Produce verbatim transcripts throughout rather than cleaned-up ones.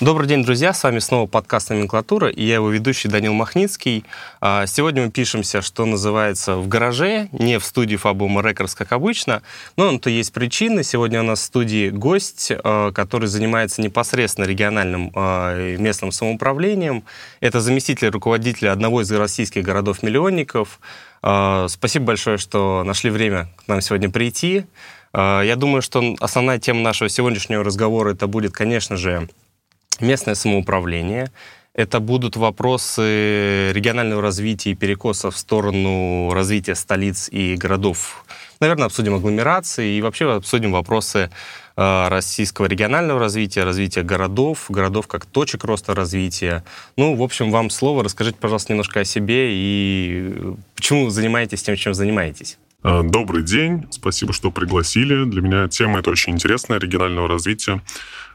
Добрый день, друзья! С вами снова подкаст «Номенклатура», и я его ведущий Данил Махницкий. Сегодня мы пишемся, что называется, в гараже, не в студии Fabuum Records, как обычно, но на то есть причины. Сегодня у нас в студии гость, который занимается непосредственно региональным местным самоуправлением. Это заместитель руководителя одного из российских городов-миллионников. Спасибо большое, что нашли время к нам сегодня прийти. Я думаю, что основная тема нашего сегодняшнего разговора это будет, конечно же, местное самоуправление. Это будут вопросы регионального развития и перекоса в сторону развития столиц и городов. Наверное, обсудим агломерации и вообще обсудим вопросы э, российского регионального развития, развития городов, городов как точек роста развития. Ну, в общем, вам слово. Расскажите, пожалуйста, немножко о себе и почему вы занимаетесь тем, чем занимаетесь. Добрый день. Спасибо, что пригласили. Для меня тема эта очень интересная, регионального развития.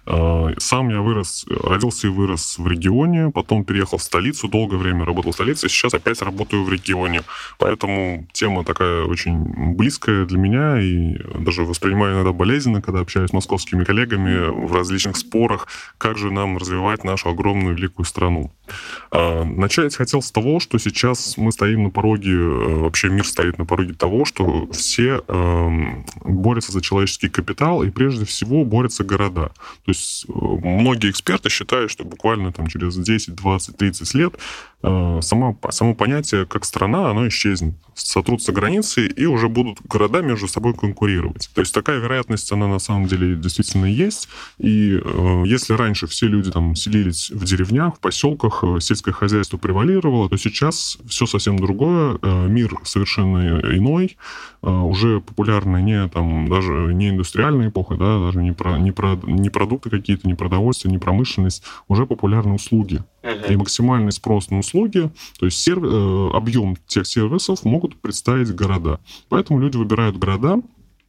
Сам я вырос, родился и вырос в регионе, потом переехал в столицу, долгое время работал в столице, сейчас опять работаю в регионе. Поэтому тема такая очень близкая для меня, и даже воспринимаю иногда болезненно, когда общаюсь с московскими коллегами в различных спорах, как же нам развивать нашу огромную великую страну. Начать хотел с того, что сейчас мы стоим на пороге, вообще мир стоит на пороге того, что все борются за человеческий капитал, и прежде всего борются города. То есть многие эксперты считают, что буквально там, через десять, двадцать, тридцать лет э, само, само понятие как страна, оно исчезнет. Сотрутся границы, и уже будут города между собой конкурировать. То есть такая вероятность, она на самом деле действительно есть. И э, если раньше все люди там селились в деревнях, в поселках, сельское хозяйство превалировало, то сейчас все совсем другое. Э, мир совершенно иной. Э, уже популярна не, там, даже не индустриальная эпоха, да, даже не, про, не, про, не продукты какие-то, не продовольствие, не промышленность, уже популярны услуги. Uh-huh. И максимальный спрос на услуги, то есть серв... объем тех сервисов могут представить города. Поэтому люди выбирают города,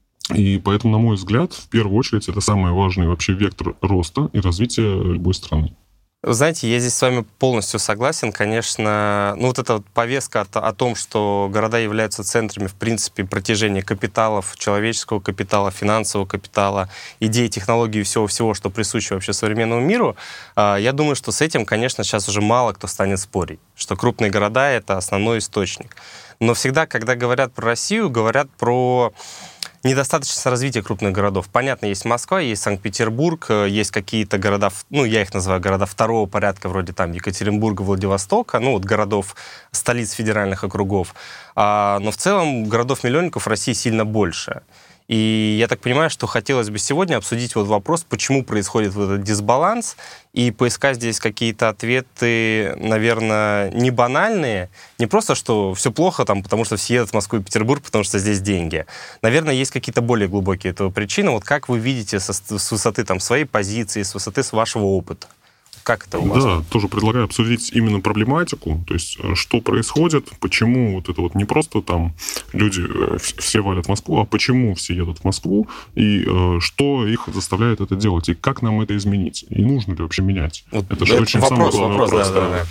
и поэтому, на мой взгляд, в первую очередь, это самый важный вообще вектор роста и развития любой страны. Знаете, я здесь с вами полностью согласен. Конечно, ну вот эта вот повестка о, о том, что города являются центрами, в принципе, протяжения капиталов, человеческого капитала, финансового капитала, идей, технологий и всего-всего, что присуще вообще современному миру, я думаю, что с этим, конечно, сейчас уже мало кто станет спорить, что крупные города — это основной источник. Но всегда, когда говорят про Россию, говорят про недостаточность развития крупных городов. Понятно, есть Москва, есть Санкт-Петербург, есть какие-то города, ну, я их называю города второго порядка, вроде там Екатеринбурга, Владивостока, ну, вот городов, столиц федеральных округов. А, но в целом городов-миллионников в России сильно больше. И я так понимаю, что хотелось бы сегодня обсудить вот вопрос, почему происходит вот этот дисбаланс, и поискать здесь какие-то ответы, наверное, не банальные, не просто, что все плохо, там, потому что все едут в Москву и Петербург, потому что здесь деньги. Наверное, есть какие-то более глубокие этого причины. Вот как вы видите со, с высоты там, своей позиции, с высоты с вашего опыта? Как это у вас? Да, тоже предлагаю обсудить именно проблематику, то есть что происходит, почему вот это вот не просто там люди все валят в Москву, а почему все едут в Москву, и э, что их заставляет это делать, и как нам это изменить, и нужно ли вообще менять. Вот это же очень вопрос, самый главный вопрос. вопрос. Да, да, да.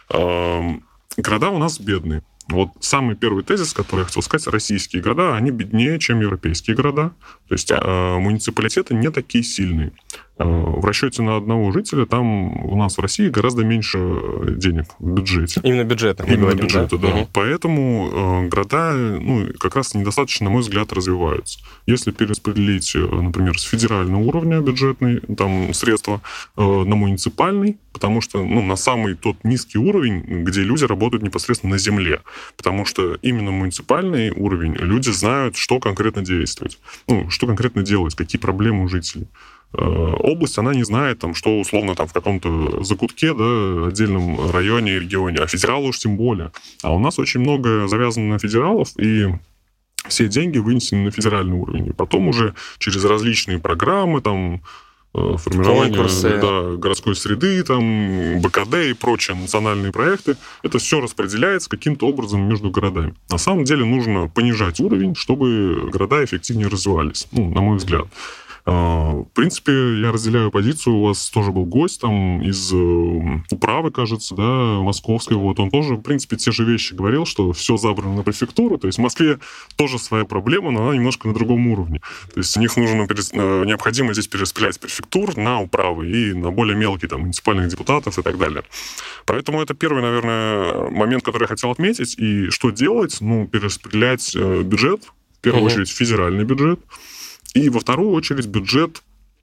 Э, города у нас бедные. Вот самый первый тезис, который я хотел сказать, российские города, они беднее, чем европейские города. То есть э, муниципалитеты не такие сильные. Э, в расчете на одного жителя там у нас в России гораздо меньше денег в бюджете. Именно бюджетных. Именно говорим, бюджета, да. да. Угу. Поэтому э, города, ну, как раз недостаточно, на мой взгляд, развиваются. Если перераспределить, например, с федерального уровня бюджетные там, средства э, на муниципальный, потому что ну, на самый тот низкий уровень, где люди работают непосредственно на земле. Потому что именно муниципальный уровень люди знают, что конкретно действовать, ну, что конкретно делать, какие проблемы у жителей. Э, область, она не знает, там, что условно там, в каком-то закутке, да, отдельном районе и регионе, а федералы уж тем более. А у нас очень много завязано на федералов, и все деньги вынесены на федеральный уровень. И потом уже через различные программы, там, формирование да, городской среды, там, бэ ка дэ и прочие национальные проекты, это все распределяется каким-то образом между городами. На самом деле нужно понижать уровень, чтобы города эффективнее развивались, ну, на мой взгляд. В принципе, я разделяю позицию. У вас тоже был гость там из управы, кажется, да, московской. Вот он тоже, в принципе, те же вещи говорил, что все забрано на префектуру. То есть в Москве тоже своя проблема, но она немножко на другом уровне. То есть у них нужно, необходимо здесь перераспределять префектур на управы и на более мелкие там муниципальных депутатов и так далее. Поэтому это первый, наверное, момент, который я хотел отметить. И что делать? Ну, перераспределять бюджет, в первую uh-huh. очередь федеральный бюджет, и во вторую очередь бюджет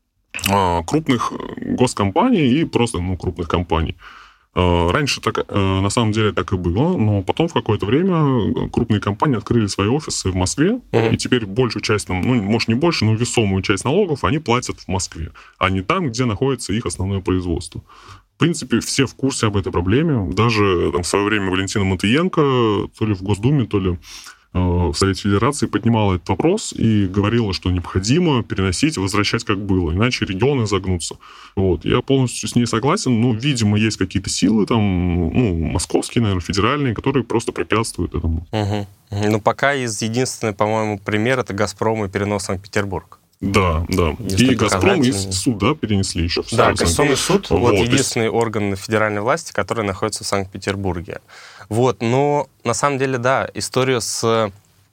а, крупных госкомпаний и просто ну, крупных компаний. А, раньше так, а, на самом деле так и было, но потом в какое-то время крупные компании открыли свои офисы в Москве, uh-huh. и теперь большую часть, ну, может, не больше, но весомую часть налогов они платят в Москве, а не там, где находится их основное производство. В принципе, все в курсе об этой проблеме. Даже там, в свое время Валентина Матвиенко то ли в Госдуме, то ли в Совете Федерации поднимала этот вопрос и говорила, что необходимо переносить, возвращать как было, иначе регионы загнутся. Вот. Я полностью с ней согласен, но, видимо, есть какие-то силы, там, ну, московские, наверное, федеральные, которые просто препятствуют этому. Угу. Ну, пока из единственный, по-моему, пример — это «Газпром» и перенос в Санкт-Петербург. Да, да. Если и «Газпром» из суда перенесли еще. В да, Конституционный суд, вот, вот единственный орган федеральной власти, который находится в Санкт-Петербурге. Вот, но на самом деле, да, историю с,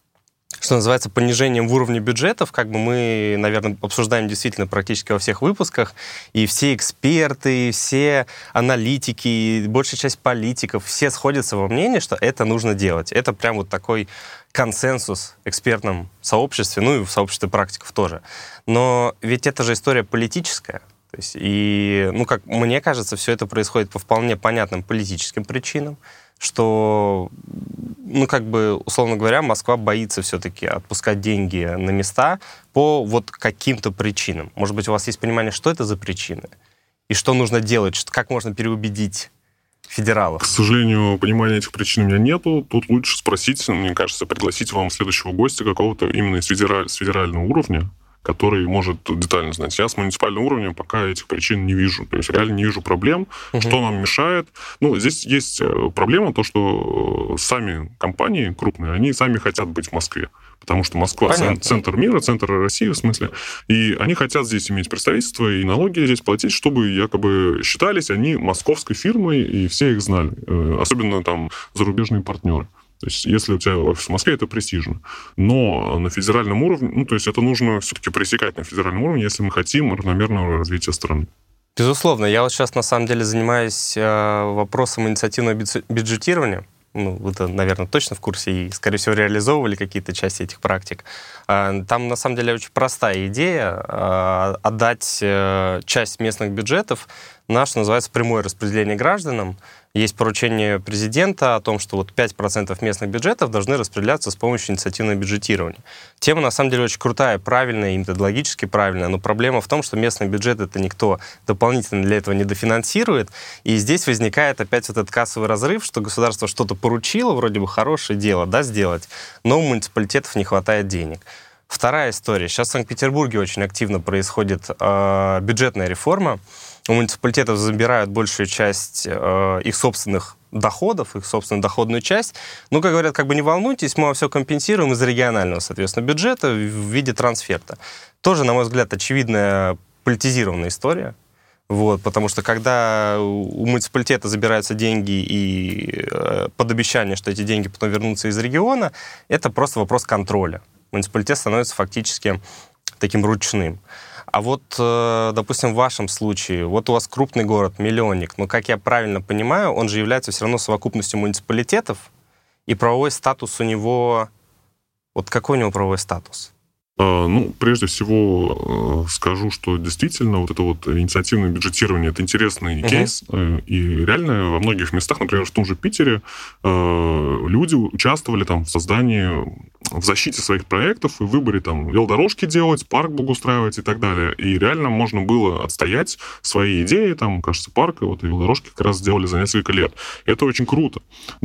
что называется, понижением в уровне бюджетов, как бы мы, наверное, обсуждаем действительно практически во всех выпусках, и все эксперты, и все аналитики, и большая часть политиков, все сходятся во мнении, что это нужно делать. Это прям вот такой консенсус в экспертном сообществе, ну и в сообществе практиков тоже. Но ведь это же история политическая. То есть, и, ну, как мне кажется, все это происходит по вполне понятным политическим причинам, что, ну, как бы, условно говоря, Москва боится все-таки отпускать деньги на места по вот каким-то причинам. Может быть, у вас есть понимание, что это за причины? И что нужно делать? Как можно переубедить федералов? К сожалению, понимания этих причин у меня нету. Тут лучше спросить, мне кажется, пригласить вам следующего гостя какого-то именно с, федераль... с федерального уровня, который может детально знать. Я с муниципального уровня пока этих причин не вижу. То есть реально не вижу проблем, uh-huh. что нам мешает. Ну, здесь есть проблема, то, что сами компании крупные, они сами хотят быть в Москве. Потому что Москва Понятно. центр мира, центр России, в смысле. И они хотят здесь иметь представительство и налоги здесь платить, чтобы якобы считались они московской фирмой, и все их знали. Особенно там зарубежные партнеры. То есть, если у тебя офис в Москве, это престижно. Но на федеральном уровне, ну, то есть, это нужно все-таки пресекать на федеральном уровне, если мы хотим равномерного развития страны. Безусловно. Я вот сейчас, на самом деле, занимаюсь э, вопросом инициативного бюджетирования. Ну, вы-то, наверное, точно в курсе и, скорее всего, реализовывали какие-то части этих практик. Э, там, на самом деле, очень простая идея э, отдать э, часть местных бюджетов на, что называется, прямое распределение гражданам. Есть поручение президента о том, что вот пять процентов местных бюджетов должны распределяться с помощью инициативного бюджетирования. Тема, на самом деле, очень крутая, правильная, и методологически правильная, но проблема в том, что местный бюджет это никто дополнительно для этого не дофинансирует, и здесь возникает опять вот этот кассовый разрыв, что государство что-то поручило, вроде бы хорошее дело, да, сделать, но у муниципалитетов не хватает денег. Вторая история. Сейчас в Санкт-Петербурге очень активно происходит э, бюджетная реформа. У муниципалитетов забирают большую часть э, их собственных доходов, их собственную доходную часть. Ну, как говорят, как бы не волнуйтесь, мы вам все компенсируем из регионального, соответственно, бюджета в виде трансферта. Тоже, на мой взгляд, очевидная политизированная история. Вот, потому что когда у муниципалитета забираются деньги и э, под обещание, что эти деньги потом вернутся из региона, это просто вопрос контроля. Муниципалитет становится фактически таким ручным. А вот, допустим, в вашем случае, вот у вас крупный город, миллионник, но, как я правильно понимаю, он же является все равно совокупностью муниципалитетов, и правовой статус у него... Вот какой у него правовой статус? Ну, прежде всего скажу, что действительно вот это вот инициативное бюджетирование — это интересный uh-huh. кейс, и реально во многих местах, например, в том же Питере, люди участвовали там в создании, в защите своих проектов и выборе там велодорожки делать, парк благоустраивать и так далее. И реально можно было отстоять свои идеи, там, кажется, парк и вот и велодорожки как раз сделали за несколько лет. Это очень круто.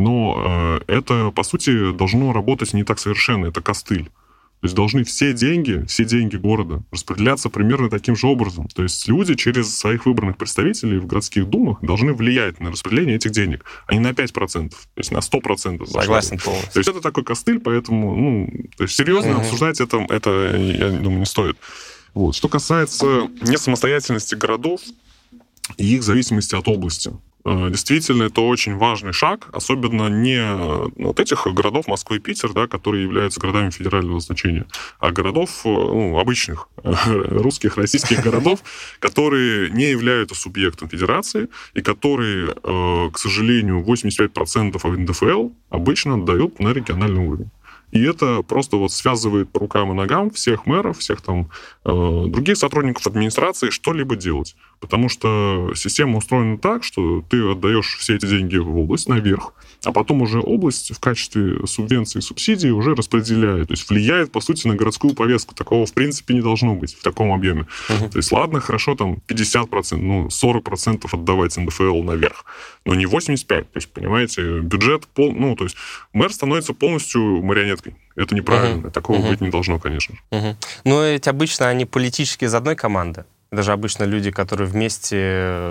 Но это, по сути, должно работать не так совершенно, это костыль. То есть должны все деньги, все деньги города распределяться примерно таким же образом. То есть люди через своих выбранных представителей в городских думах должны влиять на распределение этих денег, а не на пять процентов, то есть на сто процентов. Согласен полностью. То есть это такой костыль, поэтому ну, то есть серьезно mm-hmm. обсуждать это, это, я думаю, не стоит. Вот. Что касается несамостоятельности городов и их зависимости от области. Действительно, это очень важный шаг, особенно не вот этих городов Москвы и Питер, да, которые являются городами федерального значения, а городов, ну, обычных русских, российских городов, которые не являются субъектом федерации и которые, к сожалению, восемьдесят пять процентов эн дэ эф эл обычно отдают на региональный уровень. И это просто вот связывает по рукам и ногам всех мэров, всех там э, других сотрудников администрации что-либо делать. Потому что система устроена так, что ты отдаешь все эти деньги в область наверх, а потом уже область в качестве субвенции и субсидий уже распределяет. То есть влияет, по сути, на городскую повестку. Такого, в принципе, не должно быть в таком объеме. Uh-huh. То есть, ладно, хорошо, там пятьдесят процентов, ну, сорок процентов отдавать эн дэ эф эл наверх, но не восемьдесят пять процентов. То есть, понимаете, бюджет, пол, ну, то есть мэр становится полностью марионеткой. Это неправильно. Uh-huh. Такого uh-huh. быть не должно, конечно. Uh-huh. Но ведь обычно они политически из одной команды. Даже обычно люди, которые вместе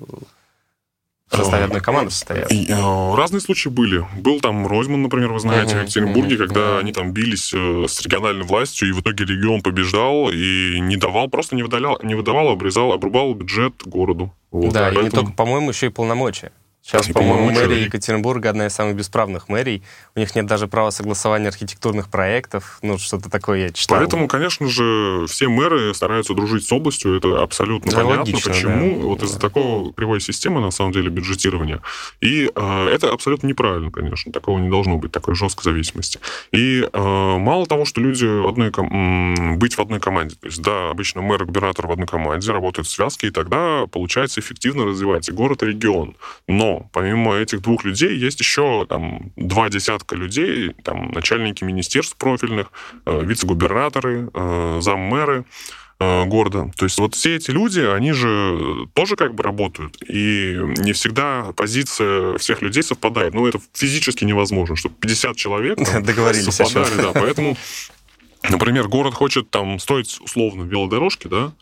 в составе одной команды состоят. Разные случаи были. Был там Ройзман, например, вы знаете, uh-huh. в Екатеринбурге, uh-huh. когда uh-huh. они там бились с региональной властью, и в итоге регион побеждал и не давал, просто не выдавал, не выдавал, обрезал, обрубал бюджет городу. Вот. Да, поэтому... и не только, по-моему, еще и полномочия. Сейчас, и, по-моему, мэрия человек. Екатеринбурга одна из самых бесправных мэрий. У них нет даже права согласования архитектурных проектов. Ну, что-то такое я читал. Поэтому, конечно же, все мэры стараются дружить с областью. Это абсолютно да, понятно. Логично, почему. Да. Вот да. из-за такого кривой системы, на самом деле, бюджетирования. И э, это абсолютно неправильно, конечно. Такого не должно быть, такой жесткой зависимости. И э, мало того, что люди в одной ком... быть в одной команде. То есть, да, обычно мэр и губернатор в одной команде, работают в связке, и тогда, получается, эффективно развивается город и регион. Но помимо этих двух людей есть еще там, два десятка людей, там, начальники министерств профильных, э, вице-губернаторы, э, заммэры э, города. То есть вот все эти люди, они же тоже как бы работают. И не всегда позиция всех людей совпадает. Ну, это физически невозможно, чтобы пятьдесят человек там, договорились совпадали. Да, поэтому, например, город хочет там строить условно велодорожки, да,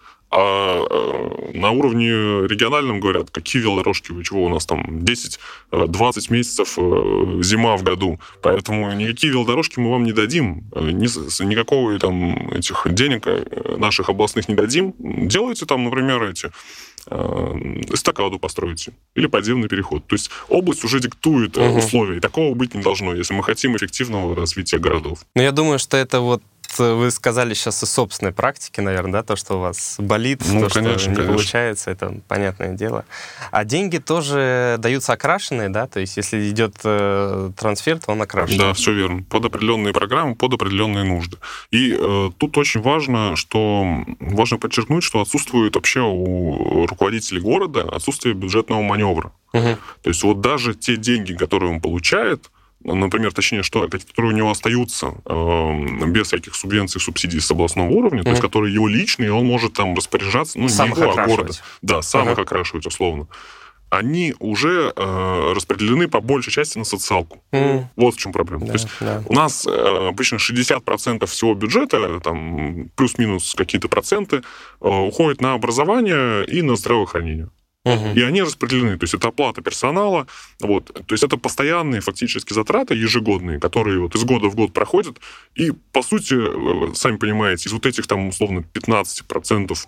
а на уровне региональном говорят, какие велодорожки, вы чего, у нас там десять-двадцать месяцев зима в году, поэтому никакие велодорожки мы вам не дадим, никакого там этих денег наших областных не дадим. Делайте там, например, эти эстакаду постройте или подземный переход. То есть область уже диктует угу. условия, и такого быть не должно, если мы хотим эффективного развития городов. Ну, я думаю, что это вот вы сказали сейчас из собственной практики, наверное, да, то, что у вас болит, ну, то, конечно, что не конечно. Получается, это понятное дело. А деньги тоже даются окрашенные, да, то есть если идет э, трансфер, то он окрашен. Да, все верно. Под определенные программы, под определенные нужды. И э, тут очень важно, что важно подчеркнуть, что отсутствует вообще у руководителей города отсутствие бюджетного маневра. Угу. То есть вот даже те деньги, которые он получает, например, точнее, что, которые у него остаются э, без всяких субвенций, субсидий с областного уровня, mm-hmm. то есть которые его личные, он может там распоряжаться, ну, сам не его, а города. Да, сам их uh-huh. окрашивать, условно. Они уже э, распределены по большей части на социалку. Mm. Вот в чем проблема. Да, то есть да. у нас э, обычно шестьдесят процентов всего бюджета, там, плюс-минус какие-то проценты, э, уходит на образование и на здравоохранение. Uh-huh. И они распределены. То есть это оплата персонала. Вот. То есть это постоянные фактически затраты ежегодные, которые вот из года в год проходят. И, по сути, сами понимаете, из вот этих там условно пятнадцать процентов,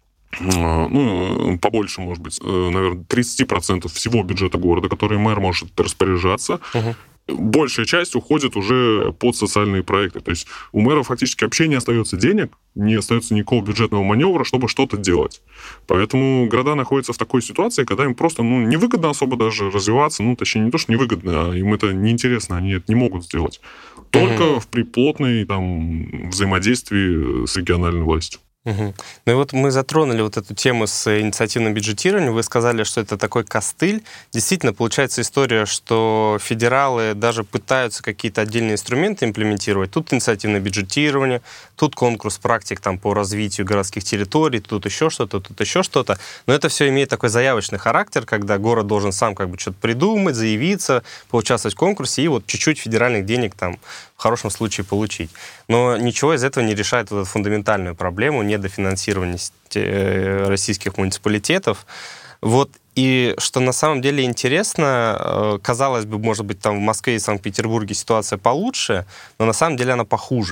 ну, побольше, может быть, наверное, тридцать процентов всего бюджета города, который мэр может распоряжаться, uh-huh. большая часть уходит уже под социальные проекты. То есть у мэра фактически вообще не остается денег, не остается никакого бюджетного маневра, чтобы что-то делать. Поэтому города находятся в такой ситуации, когда им просто ну, невыгодно особо даже развиваться, ну, точнее, не то, что невыгодно, а им это неинтересно, они это не могут сделать. Только mm-hmm. в при плотной там, взаимодействии с региональной властью. Угу. Ну и вот мы затронули вот эту тему с инициативным бюджетированием. Вы сказали, что это такой костыль. Действительно, получается история, что федералы даже пытаются какие-то отдельные инструменты имплементировать. Тут инициативное бюджетирование, тут конкурс практик там, по развитию городских территорий, тут еще что-то, тут еще что-то. Но это все имеет такой заявочный характер, когда город должен сам как бы что-то придумать, заявиться, поучаствовать в конкурсе и вот чуть-чуть федеральных денег там в хорошем случае получить. Но ничего из этого не решает вот эту фундаментальную проблему недофинансирования российских муниципалитетов. Вот. И что на самом деле интересно, казалось бы, может быть, там в Москве и Санкт-Петербурге ситуация получше, но на самом деле она похуже.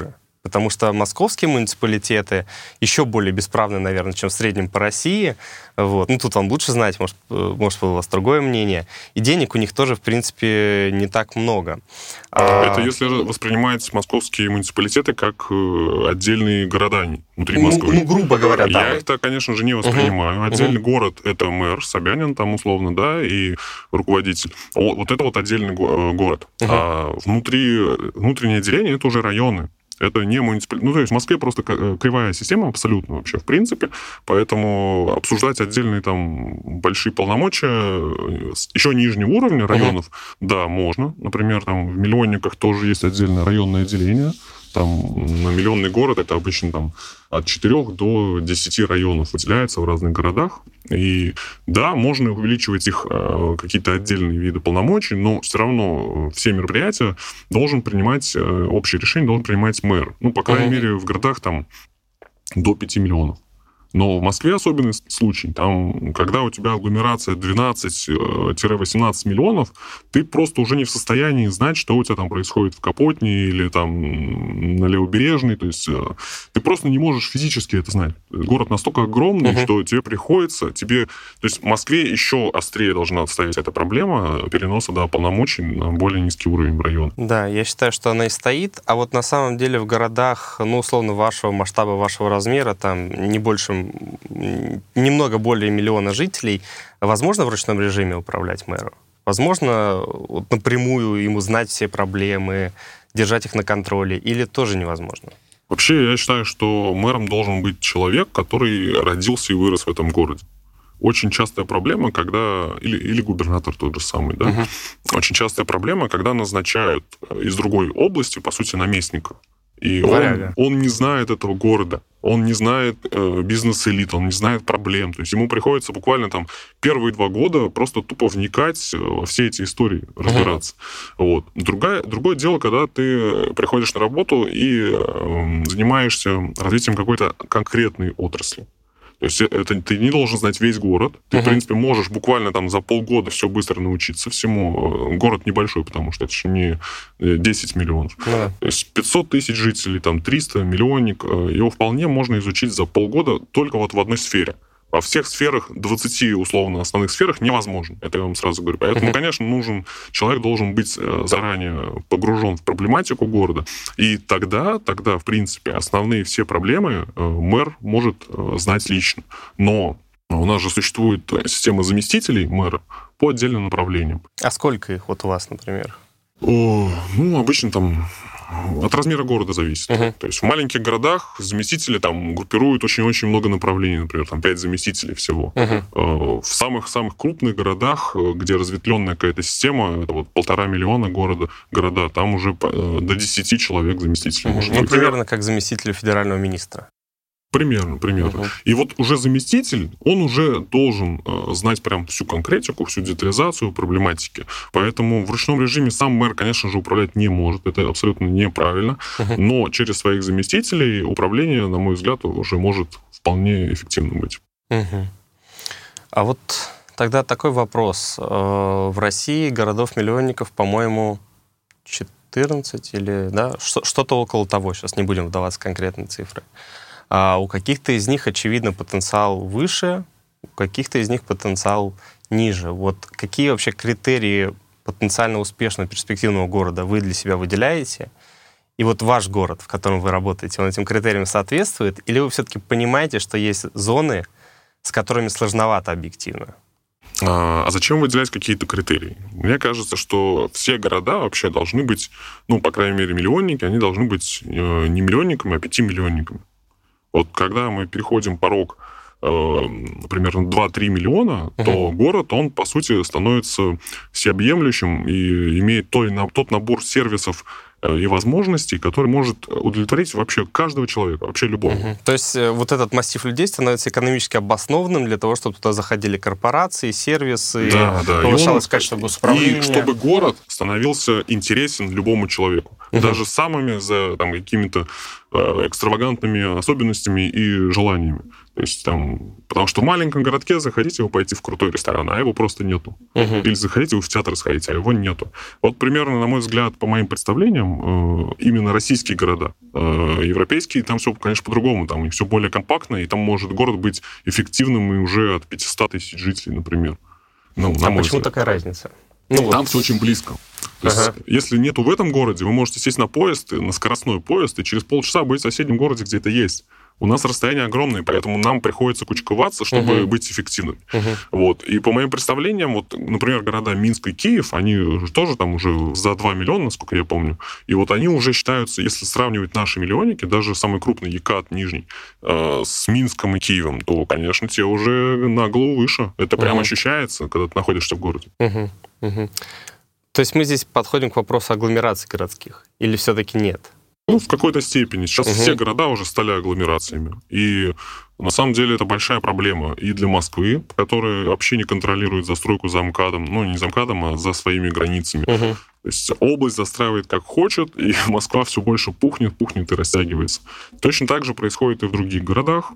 Потому что московские муниципалитеты еще более бесправны, наверное, чем в среднем по России. Вот. Ну, тут вам лучше знать, может, может, у вас другое мнение. И денег у них тоже, в принципе, не так много. Это если воспринимать московские муниципалитеты как отдельные города внутри Москвы. Ну, ну грубо говоря, да. Я их-то, конечно же, не воспринимаю. Угу. Отдельный угу. город — это мэр Собянин, там, условно, да, и руководитель. Вот это вот отдельный город. Угу. А внутри, внутреннее деление — это уже районы. Это не муниципалитет. Ну, то есть в Москве просто кривая система абсолютно вообще, в принципе. Поэтому обсуждать отдельные там большие полномочия еще нижнего уровня районов, uh-huh. да, можно. Например, там в миллионниках тоже есть отдельное районное отделение. Там на миллионный город это обычно там от четырёх до десяти районов выделяется в разных городах. И да, можно увеличивать их э, какие-то отдельные виды полномочий, но все равно все мероприятия должен принимать, э, общее решение должен принимать мэр. Ну, по крайней uh-huh. мере, в городах там до пяти миллионов. Но в Москве особенный случай. Там, когда у тебя агломерация двенадцать-восемнадцать миллионов, ты просто уже не в состоянии знать, что у тебя там происходит в Капотне или там на Левобережной. То есть ты просто не можешь физически это знать. Город настолько огромный, uh-huh. что тебе приходится... тебе, то есть в Москве еще острее должна стоять эта проблема переноса да, полномочий на более низкий уровень в район. Да, я считаю, что она и стоит. А вот на самом деле в городах, ну, условно, вашего масштаба, вашего размера, там не больше... немного более миллиона жителей, возможно в ручном режиме управлять мэром? Возможно вот, напрямую ему знать все проблемы, держать их на контроле, или тоже невозможно? Вообще, я считаю, что мэром должен быть человек, который родился и вырос в этом городе. Очень частая проблема, когда... Или, или губернатор тот же самый, да? Uh-huh. Очень частая проблема, когда назначают из другой области, по сути, наместника. И он, он не знает этого города, он не знает э, бизнес-элит, он не знает проблем. То есть ему приходится буквально там первые два года просто тупо вникать во все эти истории, разбираться. Uh-huh. Вот. Другая, другое дело, когда ты приходишь на работу и э, занимаешься развитием какой-то конкретной отрасли. То есть это, ты не должен знать весь город. Ты, uh-huh. в принципе, можешь буквально там за полгода все быстро научиться всему. Город небольшой, потому что это же не десять миллионов. Uh-huh. То есть пятьсот тысяч жителей, там триста, миллионник. Его вполне можно изучить за полгода только вот в одной сфере. Во всех сферах, двадцати условно основных сферах невозможно. Это я вам сразу говорю. Поэтому, uh-huh. конечно, нужен, человек должен быть заранее погружен в проблематику города. И тогда, тогда, в принципе, основные все проблемы мэр может знать лично. Но у нас же существует система заместителей мэра по отдельным направлениям. А сколько их вот у вас, например? О, ну, обычно там... От размера города зависит. Uh-huh. То есть в маленьких городах заместители там группируют очень-очень много направлений, например, там пять заместителей всего. Uh-huh. В самых-самых крупных городах, где разветвленная какая-то система, это вот полтора миллиона города, города, там уже до десяти человек заместителей. Uh-huh. Ну, примерно как заместитель федерального министра. Примерно, примерно. Uh-huh. И вот уже заместитель, он уже должен э, знать прям всю конкретику, всю детализацию проблематики. Поэтому в ручном режиме сам мэр, конечно же, управлять не может. Это абсолютно неправильно. Uh-huh. Но через своих заместителей управление, на мой взгляд, уже может вполне эффективным быть. Uh-huh. А вот тогда такой вопрос. В России городов-миллионников, по-моему, четырнадцать или да, что-то около того. Сейчас не будем вдаваться в конкретные цифры. А у каких-то из них, очевидно, потенциал выше, у каких-то из них потенциал ниже. Вот какие вообще критерии потенциально успешного перспективного города вы для себя выделяете? И вот ваш город, в котором вы работаете, он этим критериям соответствует? Или вы все-таки понимаете, что есть зоны, с которыми сложновато объективно? А зачем выделять какие-то критерии? Мне кажется, что все города вообще должны быть, ну, по крайней мере, миллионники, они должны быть не миллионниками, а пятимиллионниками. Вот когда мы переходим порог э, примерно два-три миллиона, uh-huh. то город, он, по сути, становится всеобъемлющим и имеет той, тот набор сервисов и возможностей, который может удовлетворить вообще каждого человека, вообще любого. Uh-huh. То есть вот этот массив людей становится экономически обоснованным для того, чтобы туда заходили корпорации, сервисы, да, да. повышалось качество госуправления. И чтобы город становился интересен любому человеку. Uh-huh. Даже самыми за там, какими-то э, экстравагантными особенностями и желаниями. То есть, там, потому что в маленьком городке захотите вы пойти в крутой ресторан, а его просто нету. Uh-huh. Или захотите вы в театр сходить, а его нету. Вот примерно, на мой взгляд, по моим представлениям, э, именно российские города, э, европейские, там все, конечно, по-другому. Там и все более компактно, и там может город быть эффективным и уже от пятисот тысяч жителей, например. Ну, а почему взгляд. Такая разница? Ну, там вот. Все очень близко. То ага. есть, если нету в этом городе, вы можете сесть на поезд, на скоростной поезд, и через полчаса быть в соседнем городе, где это есть. У нас расстояние огромное, поэтому нам приходится кучковаться, чтобы uh-huh. быть эффективными. Uh-huh. Вот. И по моим представлениям, вот, например, города Минск и Киев, они тоже там уже за два миллиона, насколько я помню, и вот они уже считаются, если сравнивать наши миллионники, даже самый крупный Екат, Нижний, э, с Минском и Киевом, то, конечно, те уже на голову выше. Это uh-huh. прямо ощущается, когда ты находишься в городе. Uh-huh. Uh-huh. То есть мы здесь подходим к вопросу агломераций городских? Или все-таки нет? Ну, в какой-то степени. Сейчас угу. все города уже стали агломерациями. И на самом деле это большая проблема и для Москвы, которая вообще не контролирует застройку за МКАДом, ну, не за МКАДом, а за своими границами. Угу. То есть область застраивает как хочет, и Москва все больше пухнет, пухнет и растягивается. Точно так же происходит и в других городах,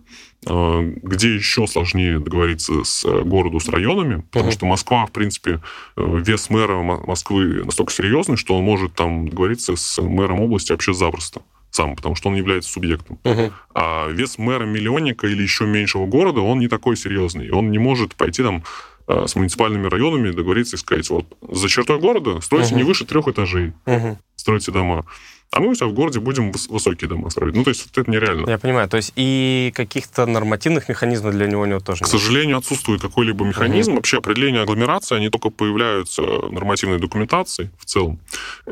где еще сложнее договориться с городу, с районами, потому uh-huh. что Москва, в принципе, вес мэра Москвы настолько серьезный, что он может там договориться с мэром области вообще запросто сам, потому что он является субъектом. Uh-huh. А вес мэра-миллионника или еще меньшего города, он не такой серьезный. Он не может пойти там с муниципальными районами договориться и сказать, вот за чертой города стройте uh-huh. не выше трех этажей, uh-huh. стройте дома. А мы у себя в городе будем высокие дома строить. Ну, то есть, вот это нереально. Я понимаю. То есть, и каких-то нормативных механизмов для него, у него тоже К нет. сожалению, отсутствует какой-либо механизм. Mm-hmm. Вообще, определение агломерации, они только появляются в нормативной документации в целом.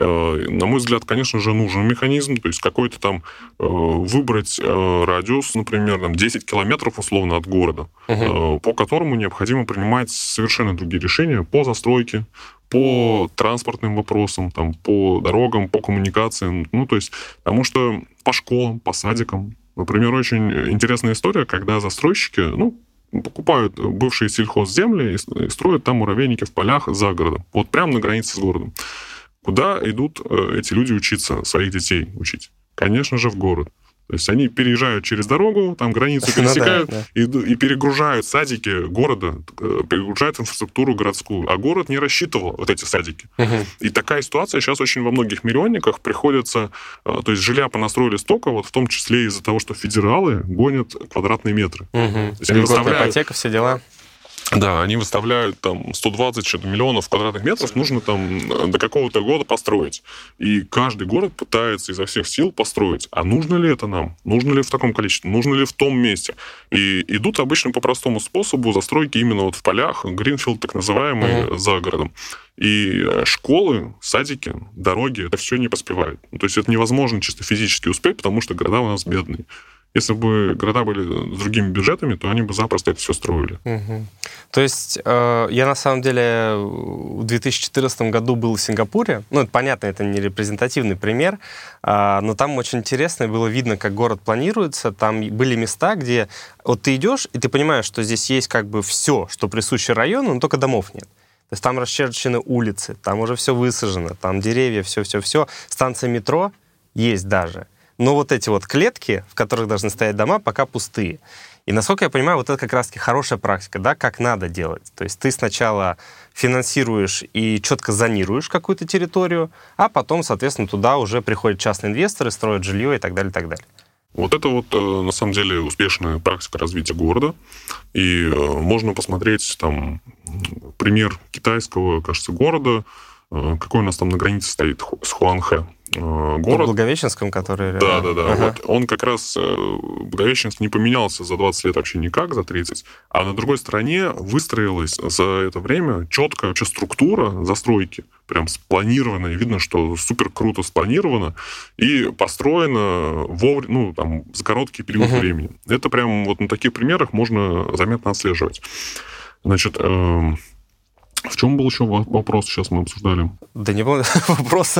На мой взгляд, конечно же, нужен механизм. То есть, какой-то там выбрать радиус, например, там, десять километров условно от города, mm-hmm. по которому необходимо принимать совершенно другие решения по застройке, по транспортным вопросам, там, по дорогам, по коммуникациям. Ну, то есть, потому что по школам, по садикам. Например, очень интересная история, когда застройщики, ну, покупают бывшие сельхозземли и строят там муравейники в полях за городом. Вот прямо на границе с городом. Куда идут эти люди учиться, своих детей учить? Конечно же, в город. То есть они переезжают через дорогу, там границу пересекают, ну, да, да. И, и перегружают садики города, перегружают инфраструктуру городскую. А город не рассчитывал вот эти садики. Угу. И такая ситуация сейчас очень во многих миллионниках приходится... То есть жилья понастроили столько, вот в том числе из-за того, что федералы гонят квадратные метры. Угу. То есть они выставляют... ипотека, все дела. Да, они выставляют там сто двадцать что-то миллионов квадратных метров, нужно там до какого-то года построить. И каждый город пытается изо всех сил построить. А нужно ли это нам? Нужно ли в таком количестве? Нужно ли в том месте? И идут обычно по простому способу застройки именно вот в полях, гринфилд так называемый, mm-hmm. за городом. И школы, садики, дороги, это все не поспевает. То есть это невозможно чисто физически успеть, потому что города у нас бедные. Если бы города были с другими бюджетами, то они бы запросто это все строили. Угу. То есть э, я на самом деле в две тысячи четырнадцатом году был в Сингапуре. Ну, это понятно, это не репрезентативный пример, э, но там очень интересно, и было видно, как город планируется. Там были места, где вот ты идешь, и ты понимаешь, что здесь есть как бы все, что присуще району, но только домов нет. То есть там расчерчены улицы, там уже все высажено, там деревья, все-все-все. Станция метро есть даже. Но вот эти вот клетки, в которых должны стоять дома, пока пустые. И, насколько я понимаю, вот это как раз-таки хорошая практика, да, как надо делать. То есть ты сначала финансируешь и четко зонируешь какую-то территорию, а потом, соответственно, туда уже приходят частные инвесторы, строят жилье и так далее, и так далее. Вот это вот, на самом деле, успешная практика развития города. И можно посмотреть там пример китайского, кажется, города, какой у нас там на границе стоит с Хуанхэ. Город. В Благовещенском, который... Да, да, да. Ага. Вот. Он как раз, Благовещенск не поменялся за двадцать лет вообще никак, за тридцать, а на другой стороне выстроилась за это время четкая вообще структура застройки, прям спланированная, видно, что супер круто спланировано и построено вовремя, ну, там, за короткий период uh-huh. времени. Это прям вот на таких примерах можно заметно отслеживать. Значит, э- в чем был еще вопрос, сейчас мы обсуждали? Да не помню вопроса.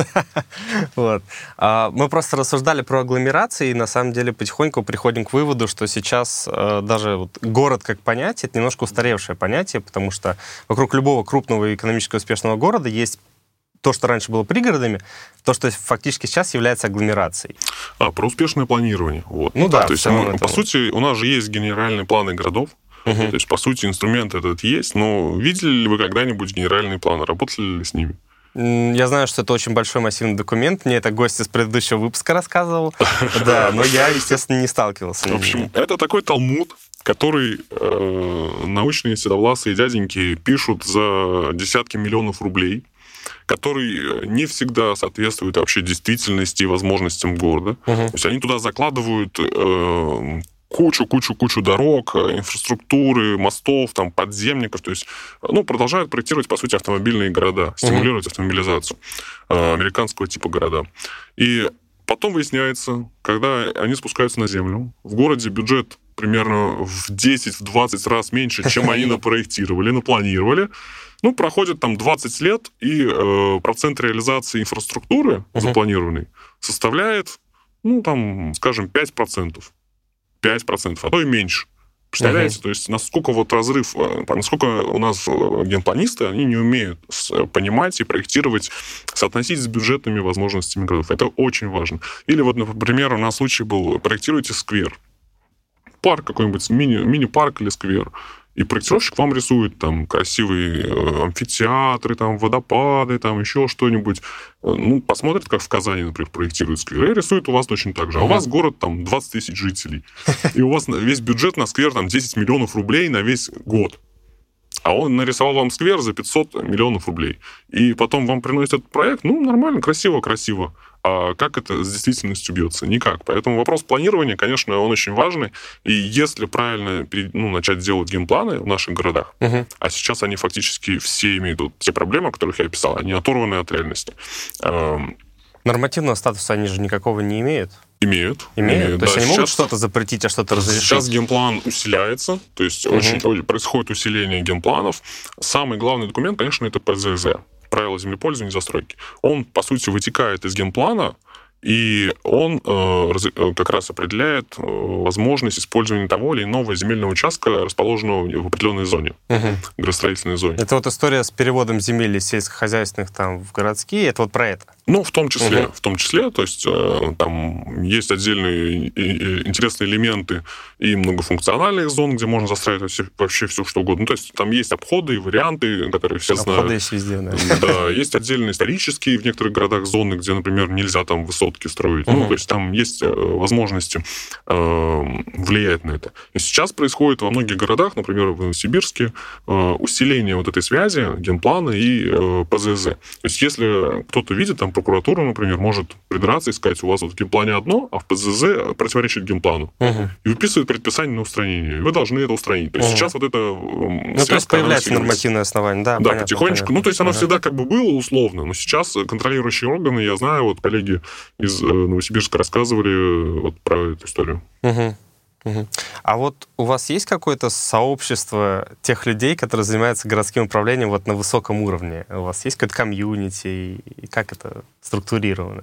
Вот. А, мы просто рассуждали про агломерации, и на самом деле потихоньку приходим к выводу, что сейчас а, даже вот город как понятие, это немножко устаревшее понятие, потому что вокруг любого крупного и экономически успешного города есть то, что раньше было пригородами, то, что фактически сейчас является агломерацией. А, про успешное планирование. Вот. Ну да, то есть, мы, по сути, у нас же есть генеральные планы городов. Uh-huh. То есть, по сути, инструмент этот есть, но видели ли вы когда-нибудь генеральные планы? Работали ли с ними? Я знаю, что это очень большой массивный документ. Мне это гость из предыдущего выпуска рассказывал. Да, но я, естественно, не сталкивался. В общем, это такой талмуд, который э, научные седовласые дяденьки пишут за десятки миллионов рублей, который не всегда соответствует вообще действительности и возможностям города. Uh-huh. То есть они туда закладывают э, кучу-кучу-кучу дорог, инфраструктуры, мостов, там, подземников. То есть, ну, продолжают проектировать, по сути, автомобильные города, стимулировать uh-huh. автомобилизацию э, американского типа города. И потом выясняется, когда они спускаются на землю, в городе бюджет примерно в десять-двадцать раз меньше, чем они напроектировали, напланировали. Ну, проходит там двадцать лет, и э, процент реализации инфраструктуры uh-huh. запланированной составляет, ну, там, скажем, пять процентов. пять процентов, а то и меньше. Представляете? Uh-huh. То есть насколько вот разрыв, насколько у нас генпланисты, они не умеют понимать и проектировать, соотносить с бюджетными возможностями городов. Это очень важно. Или вот, например, у нас случай был, проектируйте сквер. Парк какой-нибудь, мини, мини-парк или сквер. И проектировщик вам рисует там красивые амфитеатры, там водопады, там еще что-нибудь. Ну, посмотрит, как в Казани, например, проектируют сквер, и рисует у вас точно так же. А у вас город там двадцать тысяч жителей. И у вас весь бюджет на сквер там десять миллионов рублей на весь год. А он нарисовал вам сквер за пятьсот миллионов рублей. И потом вам приносит этот проект, ну, нормально, красиво, красиво. А как это с действительностью бьется? Никак. Поэтому вопрос планирования, конечно, он очень важный. И если правильно ну, начать делать генпланы в наших городах, uh-huh. а сейчас они фактически все имеют вот те проблемы, о которых я описал, они оторваны от реальности. Нормативного статуса они же никакого не имеют? Имеют. Имеют? имеют То есть да, они сейчас, могут что-то запретить, а что-то разрешить? Сейчас генплан усиляется, то есть uh-huh. очень, происходит усиление генпланов. Самый главный документ, конечно, это пэ зэ зэ. Правила землепользования и застройки. Он, по сути, вытекает из генплана, и он э, как раз определяет э, возможность использования того или иного земельного участка, расположенного в определенной зоне, uh-huh. градостроительной зоне. Это вот история с переводом земель из сельскохозяйственных там, в городские, это вот про это? Ну, в том числе, uh-huh. в том числе, то есть э, там есть отдельные интересные элементы и многофункциональных зон, где можно застраивать вообще, вообще все, что угодно. Ну, то есть там есть обходы и варианты, которые все знают. Обходы есть везде, да. Да, есть отдельные исторические в некоторых городах зоны, где, например, нельзя там высотки строить. Uh-huh. Ну, то есть там есть возможности э, влиять на это. И сейчас происходит во многих городах, например, в Новосибирске, э, усиление вот этой связи генплана и э, пэ зэ зэ. То есть если кто-то видит там прокуратура, например, может придраться и сказать, у вас вот в генплане одно, а в пэ зэ зэ противоречит генплану. Uh-huh. И выписывает предписание на устранение. И вы должны это устранить. То есть uh-huh. сейчас вот это... Ну, то есть появляется нормативное основание, да. Да, понятно, потихонечку. Понятно. Ну, то есть оно uh-huh. всегда как бы было условно, но сейчас контролирующие органы, я знаю, вот коллеги из Новосибирска рассказывали вот про эту историю. Uh-huh. Uh-huh. А вот у вас есть какое-то сообщество тех людей, которые занимаются городским управлением вот на высоком уровне? У вас есть какое-то комьюнити? И как это структурировано?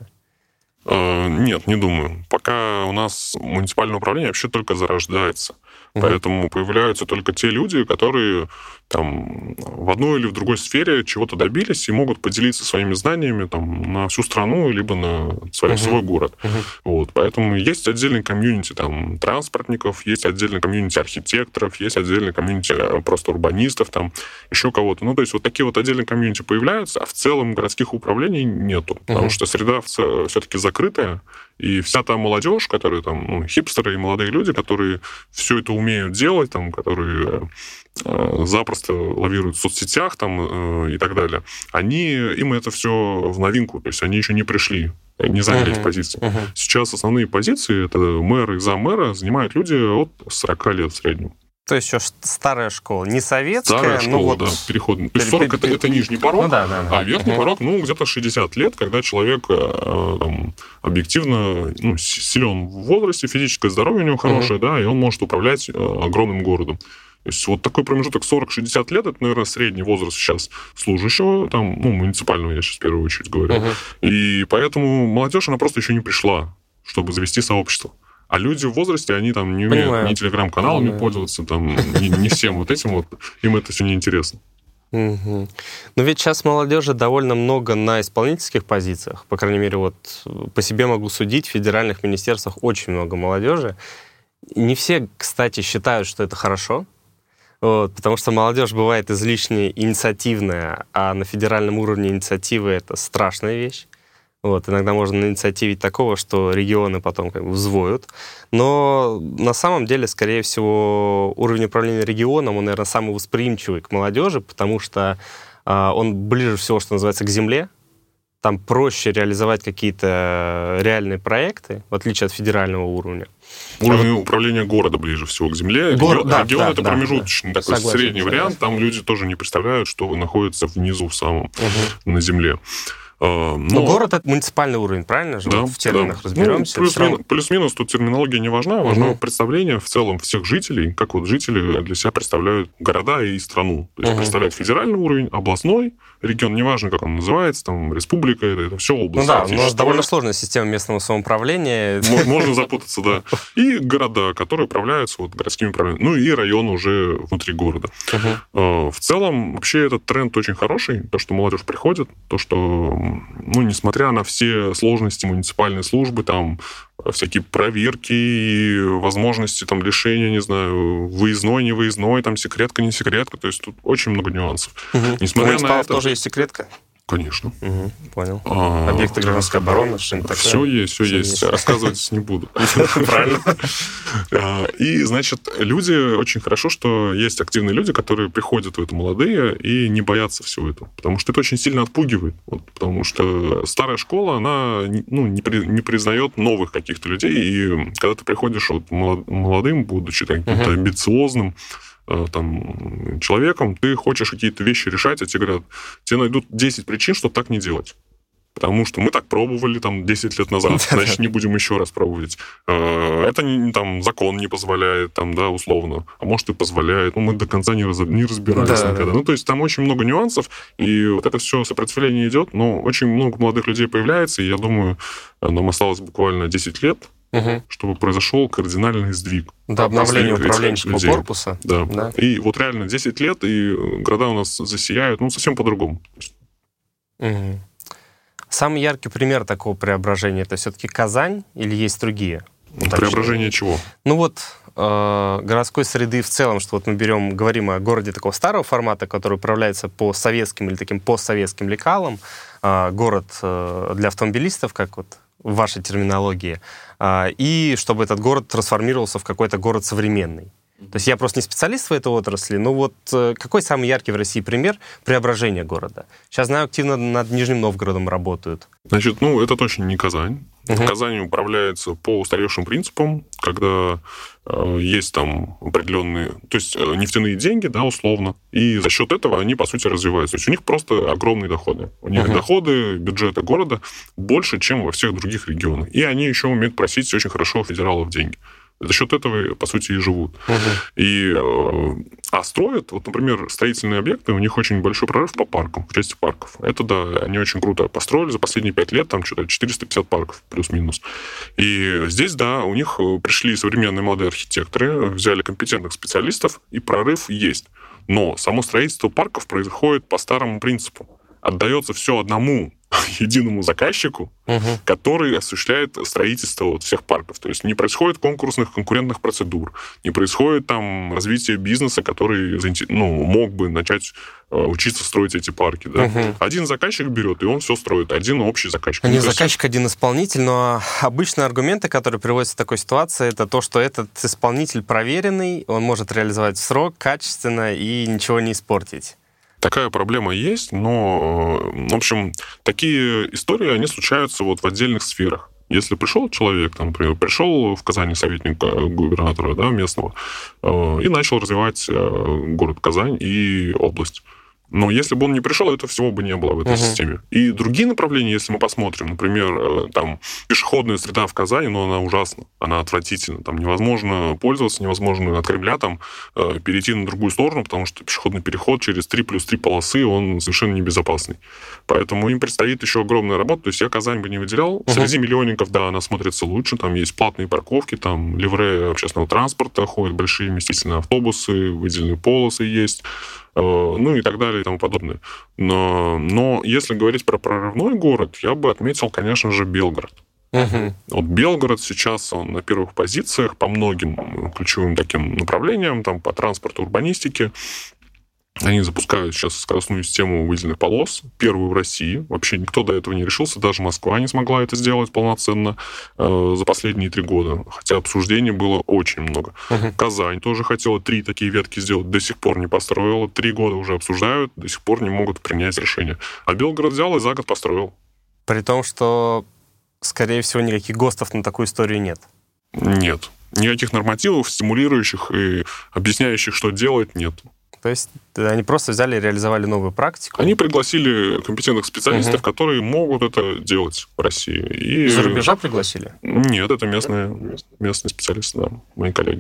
Нет, не думаю. Пока у нас муниципальное управление вообще только зарождается. Uh-huh. Поэтому появляются только те люди, которые там, в одной или в другой сфере чего-то добились и могут поделиться своими знаниями там, на всю страну, либо на свой, uh-huh. свой город. Uh-huh. Вот. Поэтому есть отдельный комьюнити там, транспортников, есть отдельный комьюнити архитекторов, есть отдельный комьюнити просто урбанистов, там, еще кого-то. Ну, то есть вот такие вот отдельные комьюнити появляются, а в целом городских управлений нету. Uh-huh. Потому что среда все-таки закрытая, и вся та молодежь, которые там, ну, хипстеры и молодые люди, которые все это умеют делать, там, которые э, запросто лавируют в соцсетях там, э, и так далее, они, им это все в новинку, то есть они еще не пришли, не заняли uh-huh. эти позиции. Uh-huh. Сейчас основные позиции, это мэр и заммэра, занимают люди от сорока лет в среднем. То есть еще старая школа, не советская, старая школа, ну вот... да, переходная. То есть сорок это, это нижний порог, ну, да, да, да. а верхний uh-huh. порог, ну, где-то шестьдесят лет, когда человек там, объективно ну, силен в возрасте, физическое здоровье у него хорошее, uh-huh. да, и он может управлять огромным городом. То есть вот такой промежуток сорок-шестьдесят лет, это, наверное, средний возраст сейчас служащего, там, ну, муниципального, я сейчас в первую очередь говорю. Uh-huh. И поэтому молодежь, она просто еще не пришла, чтобы завести сообщество. А люди в возрасте, они там не умеют Понимаю. ни телеграм-каналами Понимаю. пользоваться, там, не, не всем вот этим вот, им это все неинтересно. Угу. Но ведь сейчас молодежи довольно много на исполнительских позициях. По крайней мере, вот по себе могу судить, в федеральных министерствах очень много молодежи. Не все, кстати, считают, что это хорошо. Вот, потому что молодежь бывает излишне инициативная, а на федеральном уровне инициативы — это страшная вещь. Вот, иногда можно инициативить такого, что регионы потом как бы взвоют. Но на самом деле, скорее всего, уровень управления регионом, он, наверное, самый восприимчивый к молодежи, потому что э, он ближе всего, что называется, к земле. Там проще реализовать какие-то реальные проекты, в отличие от федерального уровня. Уровень вот управления города ближе всего к земле. Гор... Регион, да, регион да, это да, промежуточный, да. такой Согласен, средний согласен. вариант. Там люди тоже не представляют, что находится внизу в самом, угу. на земле. Но, Но город — это муниципальный уровень, правильно же? Да, вот в терминах да. разберемся. Ну, плюс-минус, равно... плюс-минус тут терминология не важна, важно угу. представление в целом всех жителей, как вот жители для себя представляют города и страну. То есть угу. представляют федеральный уровень, областной, регион, неважно, как он называется, там, республика, это, это все область. Ну да, у нас довольно сложная система местного самоуправления. Можно запутаться, да. И города, которые управляются вот городскими управлениями. Ну и район уже внутри города. Угу. В целом, вообще этот тренд очень хороший, то, что молодежь приходит, то, что, ну, несмотря на все сложности муниципальной службы, там, всякие проверки и возможности там лишения, не знаю, выездной, не выездной, там, секретка, не секретка, то есть тут очень много нюансов. Угу. Несмотря на это... тоже есть секретка? Конечно. Угу, понял. А, Объекты гражданской обороны, что-нибудь такое? Все есть, все, все есть. есть. Рассказывать не буду. Правильно. И, значит, люди, очень хорошо, что есть активные люди, которые приходят в это молодые и не боятся всего этого. Потому что это очень сильно отпугивает. Вот, потому что старая школа, она ну, не, при, не признает новых каких-то людей. И когда ты приходишь вот, молодым, будучи каким-то амбициозным, там, человеком, ты хочешь какие-то вещи решать, а тебе говорят, тебе найдут десять причин, что так не делать. Потому что мы так пробовали там десять лет назад, значит, не будем еще раз пробовать. Это там закон не позволяет, там, да, условно. А может, и позволяет. Но мы до конца не, раз, не разбирались да, никогда. Да. Ну, то есть там очень много нюансов, и вот это все сопротивление идет, но очень много молодых людей появляется, и я думаю, нам осталось буквально десять лет, угу. чтобы произошел кардинальный сдвиг. Да, обновление управленческого корпуса. Да. да. И вот реально десять лет, и города у нас засияют, ну, совсем по-другому. Угу. Самый яркий пример такого преображения — это все-таки Казань или есть другие? Преображение чего? Ну вот э, городской среды в целом, что вот мы берем, говорим о городе такого старого формата, который управляется по советским или таким постсоветским лекалам, э, город э, для автомобилистов, как вот в вашей терминологии, э, и чтобы этот город трансформировался в какой-то город современный. То есть я просто не специалист в этой отрасли, но вот какой самый яркий в России пример преображения города? Сейчас, знаю, активно над Нижним Новгородом работают. Значит, ну, это точно не Казань. Угу. Казань управляется по устаревшим принципам, когда э, есть там определенные, то есть э, нефтяные деньги, да, условно, и за счет этого они, по сути, развиваются. То есть у них просто огромные доходы. У них угу. доходы бюджета города больше, чем во всех других регионах. И они еще умеют просить очень хорошо у федералов деньги. За счет этого, по сути, и живут. Угу. И, а строят, вот, например, строительные объекты, у них очень большой прорыв по паркам, в части парков. Это, да, они очень круто построили за последние пять лет, там что-то четыреста пятьдесят парков, плюс-минус. И здесь, да, у них пришли современные молодые архитекторы, взяли компетентных специалистов, и прорыв есть. Но само строительство парков происходит по старому принципу. Отдается все одному единому заказчику, угу. который осуществляет строительство вот всех парков. То есть не происходит конкурсных, конкурентных процедур, не происходит там развитие бизнеса, который ну, мог бы начать э, учиться строить эти парки. Да? Угу. Один заказчик берет, и он все строит. Один общий заказчик. Один заказчик, один исполнитель, но обычно аргументы, которые приводятся в такой ситуации, это то, что этот исполнитель проверенный, он может реализовать в срок, качественно и ничего не испортить. Такая проблема есть, но, в общем, такие истории, они случаются вот в отдельных сферах. Если пришел человек, там, например, пришел в Казани советник губернатора, да, местного, и начал развивать город Казань и область. Но если бы он не пришел, этого всего бы не было в этой uh-huh. системе. И другие направления, если мы посмотрим, например, там, пешеходная среда в Казани, но она ужасна, она отвратительна. Там невозможно пользоваться, невозможно от Кремля там, перейти на другую сторону, потому что пешеходный переход через три плюс три полосы, он совершенно небезопасный. Поэтому им предстоит еще огромная работа. То есть я Казань бы не выделял. Uh-huh. Среди миллионников, да, она смотрится лучше. Там есть платные парковки, там ливреи общественного транспорта, ходят большие вместительные автобусы, выделенные полосы есть. ну и так далее и тому подобное. Но, но если говорить про прорывной город, я бы отметил, конечно же, Белгород. Uh-huh. Вот Белгород сейчас он на первых позициях по многим ключевым таким направлениям, там, по транспорту, урбанистике. Они запускают сейчас скоростную систему выделенных полос, первую в России. Вообще никто до этого не решился, даже Москва не смогла это сделать полноценно э, за последние три года, хотя обсуждений было очень много. Uh-huh. Казань тоже хотела три такие ветки сделать, до сих пор не построила. Три года уже обсуждают, до сих пор не могут принять решение. А Белгород взял и за год построил. При том, что, скорее всего, никаких ГОСТов на такую историю нет. Нет. Никаких нормативов, стимулирующих и объясняющих, что делать, нет. То есть они просто взяли и реализовали новую практику? Они пригласили компетентных специалистов, угу. которые могут это делать в России. И... За рубежа пригласили? Нет, это местные, местные специалисты, да, мои коллеги.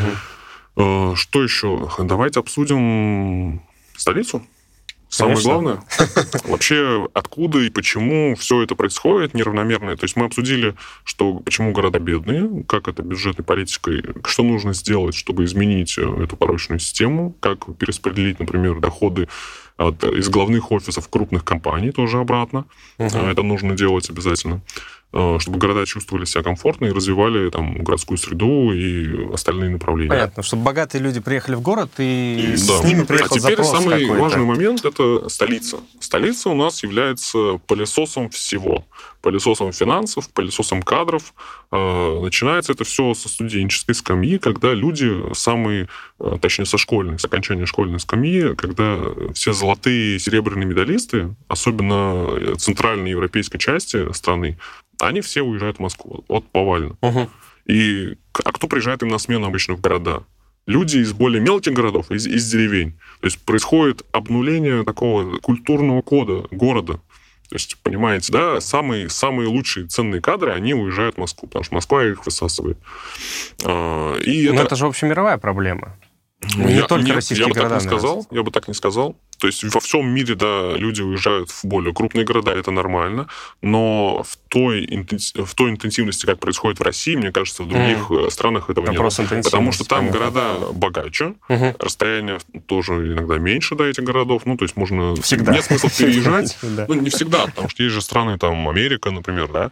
Угу. Что еще? Давайте обсудим столицу. Самое Конечно. Главное, вообще, откуда и почему все это происходит неравномерно. То есть мы обсудили, что почему города бедные, как это бюджетной политикой, что нужно сделать, чтобы изменить эту порочную систему, как перераспределить, например, доходы от, из главных офисов крупных компаний тоже обратно. Угу. Это нужно делать обязательно, чтобы города чувствовали себя комфортно и развивали там городскую среду и остальные направления. Понятно, чтобы богатые люди приехали в город и, и с да. ними приехал запрос. А теперь самый какой-то. важный момент – это столица. Столица у нас является пылесосом всего. Пылесосом финансов, пылесосом кадров. Начинается это все со студенческой скамьи, когда люди самые, точнее, со школьной, с окончания школьной скамьи, когда все золотые и серебряные медалисты, особенно центральной европейской части страны, они все уезжают в Москву. Вот повально. Угу. И, а кто приезжает им на смену обычно в города? Люди из более мелких городов, из, из деревень. То есть происходит обнуление такого культурного кода города. То есть, понимаете, да, самые, самые лучшие ценные кадры, они уезжают в Москву, потому что Москва их высасывает. И Но это... это же общемировая проблема. Не я, только нет, российские я бы города. Так не сказал, я бы так не сказал. То есть во всем мире, да, люди уезжают в более крупные города, это нормально, но в той, в той интенсивности, как происходит в России, мне кажется, в других mm. странах этого Вопрос нет. Потому что там города богаче, uh-huh. расстояние тоже иногда меньше до этих городов, ну, то есть можно... Всегда. Нет смысла переезжать. Ну, не всегда, потому что есть же страны, там, Америка, например, да,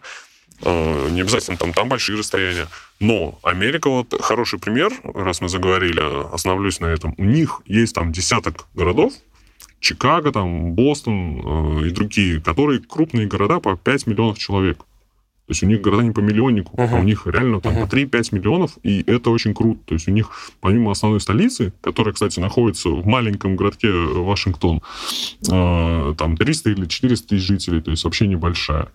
не обязательно там, там большие расстояния. Но Америка, вот хороший пример, раз мы заговорили, остановлюсь на этом. У них есть там десяток городов, Чикаго, там, Бостон э, и другие, которые крупные города по пять миллионов человек. То есть у них города не по миллионнику, uh-huh. а у них реально там, uh-huh. по три-пять миллионов, и это очень круто. То есть у них, помимо основной столицы, которая, кстати, находится в маленьком городке Вашингтон, э, там триста или четыреста тысяч жителей, то есть вообще небольшая.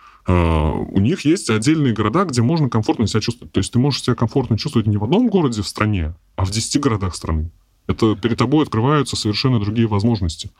Uh, у них есть отдельные города, где можно комфортно себя чувствовать. То есть ты можешь себя комфортно чувствовать не в одном городе в стране, а в десяти городах страны. Это перед тобой открываются совершенно другие возможности.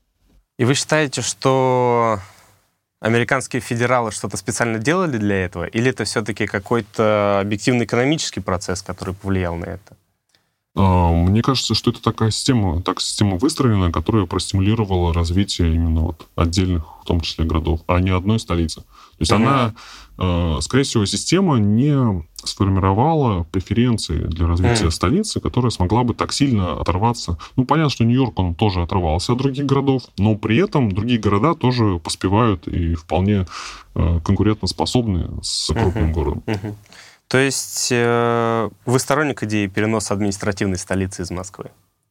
И вы считаете, что американские федералы что-то специально делали для этого? Или это все-таки какой-то объективный экономический процесс, который повлиял на это? Uh, мне кажется, что это такая система, так система выстроена, которая простимулировала развитие именно вот отдельных, в том числе, городов, а не одной столицы. То есть mm-hmm. она, скорее всего, система не сформировала преференции для развития mm. столицы, которая смогла бы так сильно оторваться. Ну, понятно, что Нью-Йорк, он тоже оторвался от других городов, но при этом другие города тоже поспевают и вполне конкурентоспособны с крупным mm-hmm. городом. Mm-hmm. То есть э, вы сторонник идеи переноса административной столицы из Москвы?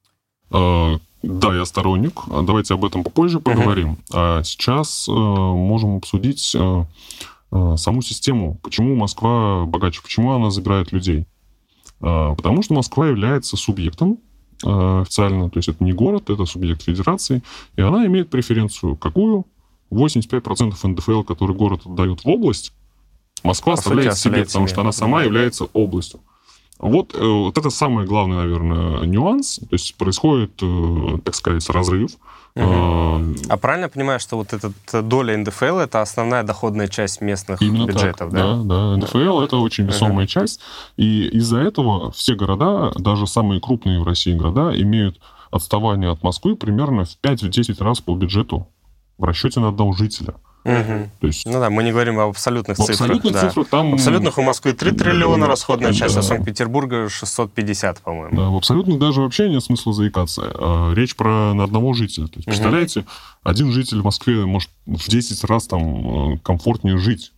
Uh, да, я сторонник. Давайте об этом попозже поговорим. Uh-huh. А сейчас uh, можем обсудить uh, uh, саму систему. Почему Москва богаче? Почему она забирает людей? Uh, потому что Москва является субъектом uh, официально. То есть это не город, это субъект федерации. И она имеет преференцию. Какую? восемьдесят пять процентов эн дэ эф эл, который город отдает в область, Москва оставляет себе, потому что она сама является областью. Вот, э, вот это самый главный, наверное, нюанс. То есть происходит, э, так сказать, разрыв. Угу. Э, а правильно я понимаю, что вот эта доля эн дэ эф эл – это основная доходная часть местных Именно бюджетов, так, да? Да, да. эн дэ эф эл – это очень весомая угу. часть. И из-за этого все города, даже самые крупные в России города, имеют отставание от Москвы примерно в пять-десять раз по бюджету в расчете на одного жителя. Угу. То есть, ну да, мы не говорим об абсолютных в цифрах. Абсолютных да. цифрах там... В абсолютных у Москвы три триллиона расходная да. часть, а Санкт-Петербурга шестьсот пятьдесят, по-моему. Да, в абсолютных даже вообще нет смысла заикаться. Речь про на одного жителя. То есть, представляете, угу. один житель в Москве может в десять раз там комфортнее жить.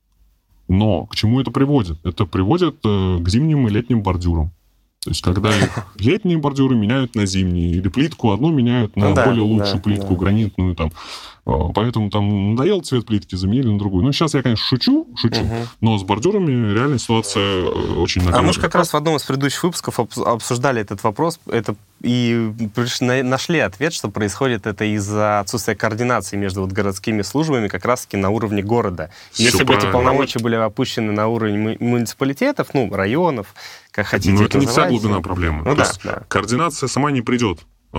Но к чему это приводит? Это приводит к зимним и летним бордюрам. То есть, когда летние бордюры меняют на зимние, или плитку одну меняют на ну, да, более лучшую да, плитку, да. гранитную. Там. Поэтому там надоел цвет плитки, заменили на другую. Ну, сейчас я, конечно, шучу, шучу, угу. но с бордюрами реально ситуация очень наглядная. А мы же как раз в одном из предыдущих выпусков обсуждали этот вопрос, это и нашли ответ, что происходит это из-за отсутствия координации между вот городскими службами как раз-таки на уровне города. Все Если правильно. бы эти полномочия были опущены на уровень муниципалитетов, ну, районов, как хотите. Но это не вся глубина проблемы. Ну, да, есть да. Координация сама не придет,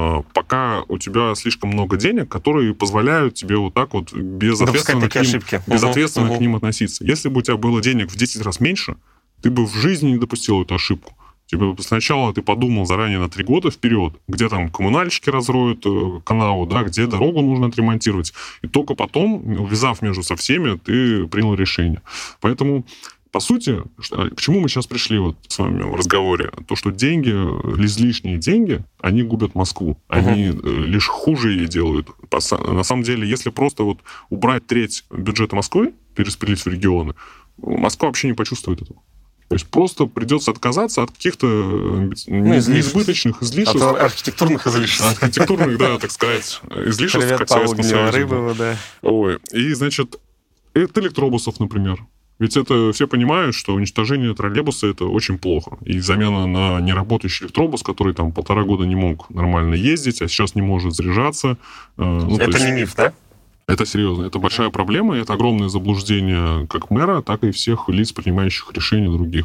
пока у тебя слишком много денег, которые позволяют тебе вот так вот безответственно, к ним, безответственно угу, к ним относиться. Если бы у тебя было денег в десять раз меньше, ты бы в жизни не допустил эту ошибку. Тебе сначала ты подумал заранее на три года вперед, где там коммунальщики разроют канаву, да, где дорогу нужно отремонтировать. И только потом, увязав между со всеми, ты принял решение. Поэтому, по сути, к чему мы сейчас пришли вот с вами в разговоре? То, что деньги, излишние деньги, они губят Москву. Они uh-huh. лишь хуже ей делают. На самом деле, если просто вот убрать треть бюджета Москвы, перераспределить в регионы, Москва вообще не почувствует этого. То есть просто придется отказаться от каких-то ну, неизбыточных излишеств. От архитектурных излишеств. Архитектурных, да, так сказать, излишеств. Привет, Павел Гнилорыбова, да. Ой. И, значит, это электробусов, например. Ведь это все понимают, что уничтожение троллейбуса это очень плохо. И замена на неработающий электробус, который там полтора года не мог нормально ездить, а сейчас не может заряжаться. Ну, это есть... не миф, да? Это серьезно, это большая проблема, это огромное заблуждение как мэра, так и всех лиц, принимающих решения других.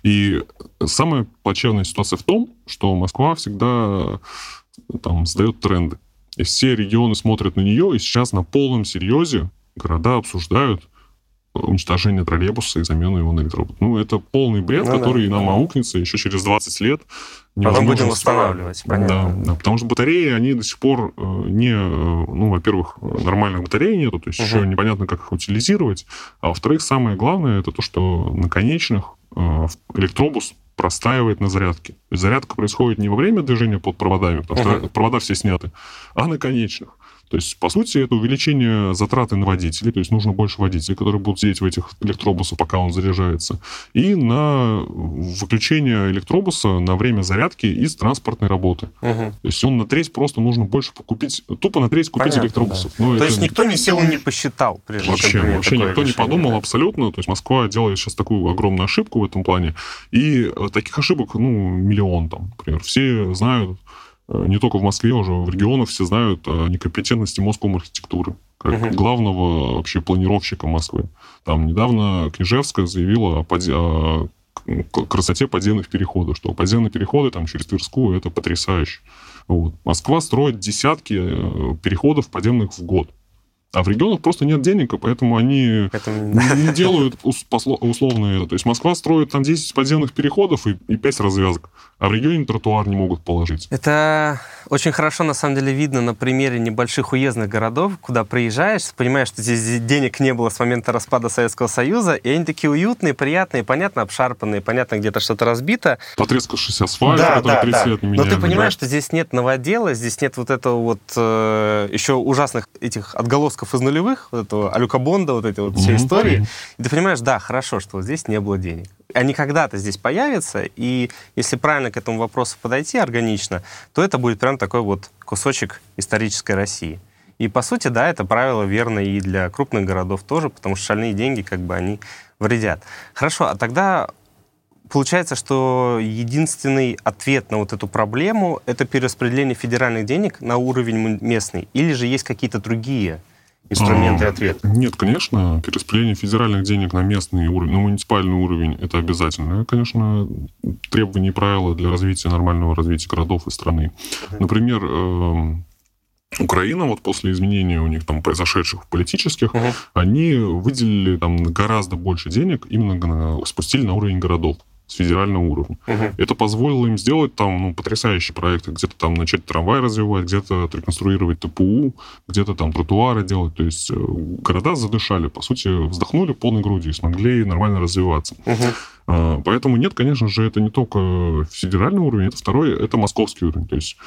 И самая плачевная ситуация в том, что Москва всегда там сдает тренды. И все регионы смотрят на нее, и сейчас на полном серьезе города обсуждают уничтожение троллейбуса и замену его на электробус. Ну, это полный бред, ну, который да, нам да. аукнется еще через двадцать лет. Потом будем восстанавливать, понятно. Да, да, потому что батареи, они до сих пор не... Ну, во-первых, нормальных батарей нету, то есть угу. еще непонятно, как их утилизировать. А во-вторых, самое главное, это то, что на конечных электробус простаивает на зарядке. То есть зарядка происходит не во время движения под проводами, потому угу. что провода все сняты, а на конечных. То есть, по сути, это увеличение затраты на водителей, то есть нужно больше водителей, которые будут сидеть в этих электробусах, пока он заряжается, и на выключение электробуса на время зарядки из транспортной работы. Угу. То есть он на треть просто нужно больше покупить, тупо на треть купить Понятно, электробусов. Да. То это... есть никто ни силу не посчитал, прежде вообще, чем вообще никто решение, не подумал да? абсолютно. То есть Москва делает сейчас такую огромную ошибку в этом плане, и таких ошибок, ну, миллион там, например. Все знают, не только в Москве, уже в регионах все знают о некомпетентности Моском архитектуры, как uh-huh. главного вообще планировщика Москвы. Там недавно Княжевская заявила о, под... о красоте подземных переходов, что подземные переходы там, через Тверскую — это потрясающе. Вот. Москва строит десятки переходов подземных в год. А в регионах просто нет денег, и поэтому они это... не делают условно это. То есть Москва строит там десять подземных переходов и, и пять развязок, а в регионе тротуар не могут положить. Это очень хорошо, на самом деле, видно на примере небольших уездных городов, куда приезжаешь, понимаешь, что здесь денег не было с момента распада Советского Союза, и они такие уютные, приятные, понятно, обшарпанные, понятно, где-то что-то разбито. Потрескавшийся асфальт, да, который да, тридцать да. лет не меняли. Но ты понимаешь, да? Что здесь нет новодела, здесь нет вот этого вот э, еще ужасных этих отголосков из нулевых, вот этого Алюка Бонда, вот этой вот всей mm-hmm. истории. И ты понимаешь, да, хорошо, что вот здесь не было денег. Они когда-то здесь появятся, и если правильно к этому вопросу подойти органично, то это будет прям такой вот кусочек исторической России. И, по сути, да, это правило верно и для крупных городов тоже, потому что шальные деньги, как бы, они вредят. Хорошо, а тогда получается, что единственный ответ на вот эту проблему — это перераспределение федеральных денег на уровень местный, или же есть какие-то другие инструменты а, ответа? Нет, конечно, перераспределение федеральных денег на местный уровень, на муниципальный уровень — это обязательно. Конечно, требования и правила для развития, нормального развития городов и страны. Uh-huh. Например, э, Украина, вот после изменений у них там произошедших политических, uh-huh. они выделили там гораздо больше денег, именно на, спустили на уровень городов. с федерального уровня. Uh-huh. Это позволило им сделать там ну, потрясающие проекты. Где-то там начать трамвай развивать, где-то отреконструировать ТПУ, где-то там тротуары делать. То есть города задышали, по сути, вздохнули полной грудью и смогли нормально развиваться. Uh-huh. Поэтому нет, конечно же, это не только федеральный уровень, это второй, это московский уровень. То есть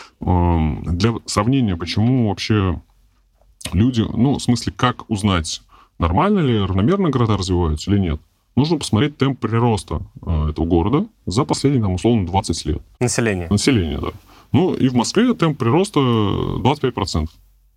для сравнения, почему вообще люди, ну, в смысле, как узнать, нормально ли, равномерно города развиваются или нет, нужно посмотреть темп прироста этого города за последние, там, условно, двадцать лет. Население. Население, да. Ну, и в Москве темп прироста двадцать пять процентов.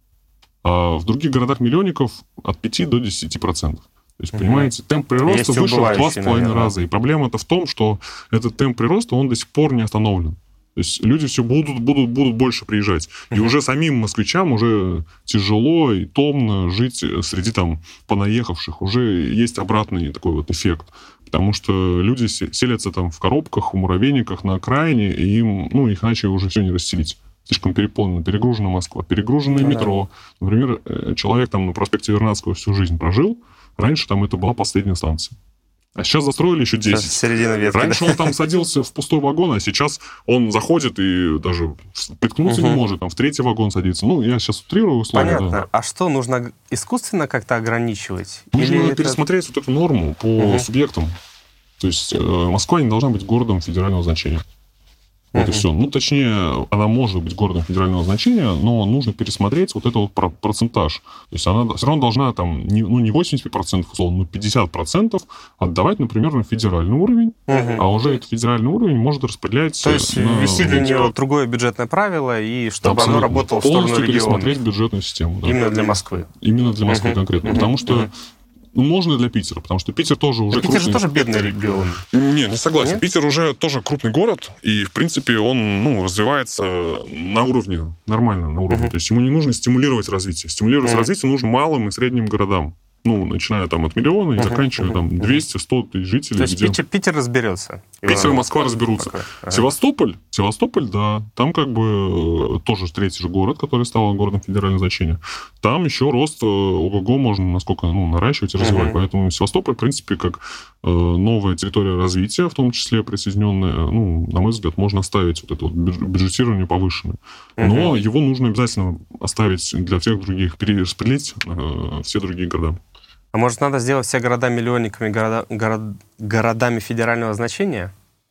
А в других городах-миллионников от пяти до десяти процентов. То есть, понимаете, темп прироста Есть выше в два с половиной наверное. раза. И проблема-то в том, что этот темп прироста, он до сих пор не остановлен. То есть люди все будут, будут, будут больше приезжать. И уже самим москвичам уже тяжело и томно жить среди там понаехавших. Уже есть обратный такой вот эффект. Потому что люди селятся там в коробках, в муравейниках на окраине, и им, ну, их иначе уже все не расселить. Слишком переполнена, перегружена Москва, перегруженное ну, метро. Да. Например, человек там на проспекте Вернадского всю жизнь прожил, раньше там это была последняя станция. А сейчас застроили еще десять. Середина ветки. Раньше да? он там садился в пустой вагон, а сейчас он заходит и даже приткнуться угу. не может, там в третий вагон садится. Ну, я сейчас утрирую условия. Понятно. Да. А что, нужно искусственно как-то ограничивать? Нужно Или пересмотреть это... вот эту норму по угу. субъектам. То есть э, Москва не должна быть городом федерального значения. Вот uh-huh. и все. Ну, точнее, она может быть городом федерального значения, но нужно пересмотреть вот этот вот процентаж. То есть она все равно должна там, не, ну, не восемьдесят пять процентов, условно, но пятьдесят процентов отдавать, например, на федеральный уровень, uh-huh. а уже этот федеральный уровень может распределять... То есть на... ввести для нее другое бюджетное правило, и чтобы Абсолютно. Оно работало в сторону региона. Полностью пересмотреть бюджетную систему. Да. Именно для Москвы. Именно для Москвы uh-huh. конкретно. Uh-huh. Потому что uh-huh. Ну, можно для Питера, потому что Питер тоже уже Питер крупный... же тоже бедный регион. Не, не согласен. Нет? Питер уже тоже крупный город, и, в принципе, он ну, развивается на уровне, нормально на уровне. Uh-huh. То есть ему не нужно стимулировать развитие. Стимулировать uh-huh. развитие нужно малым и средним городам. Ну, начиная там от миллиона и uh-huh. заканчивая uh-huh. там двести-сто тысяч жителей. То есть где... Питер, Питер разберется? Питер и Москва разберутся. Uh-huh. Севастополь, Севастополь, да, там как бы тоже третий же город, который стал городом федерального значения. Там еще рост ого-го можно насколько ну, наращивать и развивать. Uh-huh. Поэтому Севастополь, в принципе, как э, новая территория развития, в том числе присоединенная, ну, на мой взгляд, можно оставить вот это вот бюджетирование повышенное. Uh-huh. Но его нужно обязательно оставить для всех других, перераспределить э, все другие города. А может, надо сделать все города-миллионниками, города, город, городами федерального значения?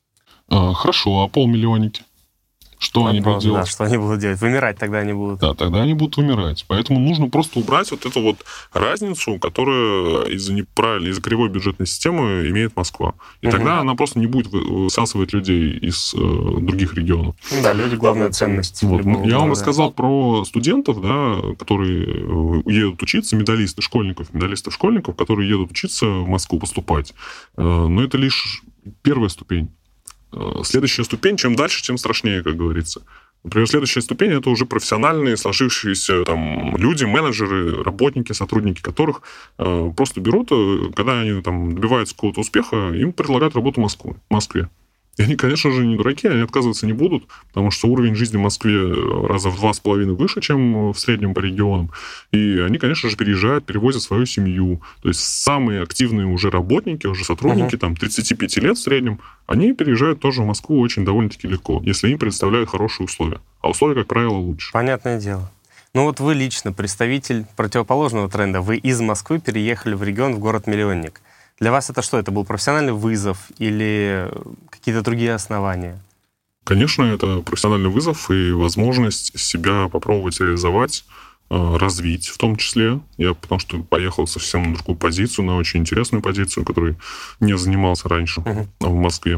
А, хорошо, а полмиллионники? Что Вопрос, они будут делать? Да, что они будут делать? Вымирать тогда они будут. Да, тогда они будут вымирать. Поэтому нужно просто убрать вот эту вот разницу, которая из-за неправильной, из-за кривой бюджетной системы имеет Москва. И угу. тогда она просто не будет высасывать людей из э, других регионов. Да, люди — главная ценность. Вот. Я вам рассказал про студентов, да, которые едут учиться, медалисты школьников, медалистов школьников, которые едут учиться в Москву поступать. Но это лишь первая ступень. Следующая ступень, чем дальше, тем страшнее, как говорится. Например, следующая ступень — это уже профессиональные, сложившиеся там люди, менеджеры, работники, сотрудники которых э, просто берут, когда они там добиваются какого-то успеха, им предлагают работу в Москве. В Москве. И они, конечно же, не дураки, они отказываться не будут, потому что уровень жизни в Москве раза в два с половиной выше, чем в среднем по регионам. И они, конечно же, переезжают, перевозят свою семью. То есть самые активные уже работники, уже сотрудники, uh-huh. там, тридцать пять лет в среднем, они переезжают тоже в Москву очень довольно-таки легко, если им предоставляют хорошие условия. А условия, как правило, лучше. Понятное дело. Ну вот вы лично представитель противоположного тренда. Вы из Москвы переехали в регион, в город-миллионник. Для вас это что? Это был профессиональный вызов или какие-то другие основания? Конечно, это профессиональный вызов и возможность себя попробовать реализовать, развить в том числе. Я потому что поехал совсем на другую позицию, на очень интересную позицию, которой не занимался раньше uh-huh. в Москве.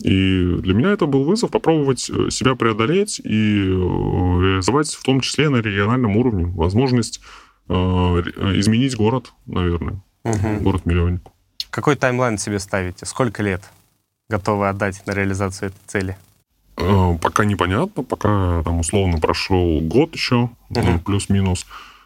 И для меня это был вызов попробовать себя преодолеть и реализовать в том числе на региональном уровне. Возможность изменить город, наверное. Uh-huh. Город-миллионник. Какой таймлайн себе ставите? Сколько лет готовы отдать на реализацию этой цели? Пока непонятно. Пока там условно прошел год еще, uh-huh. плюс-минус.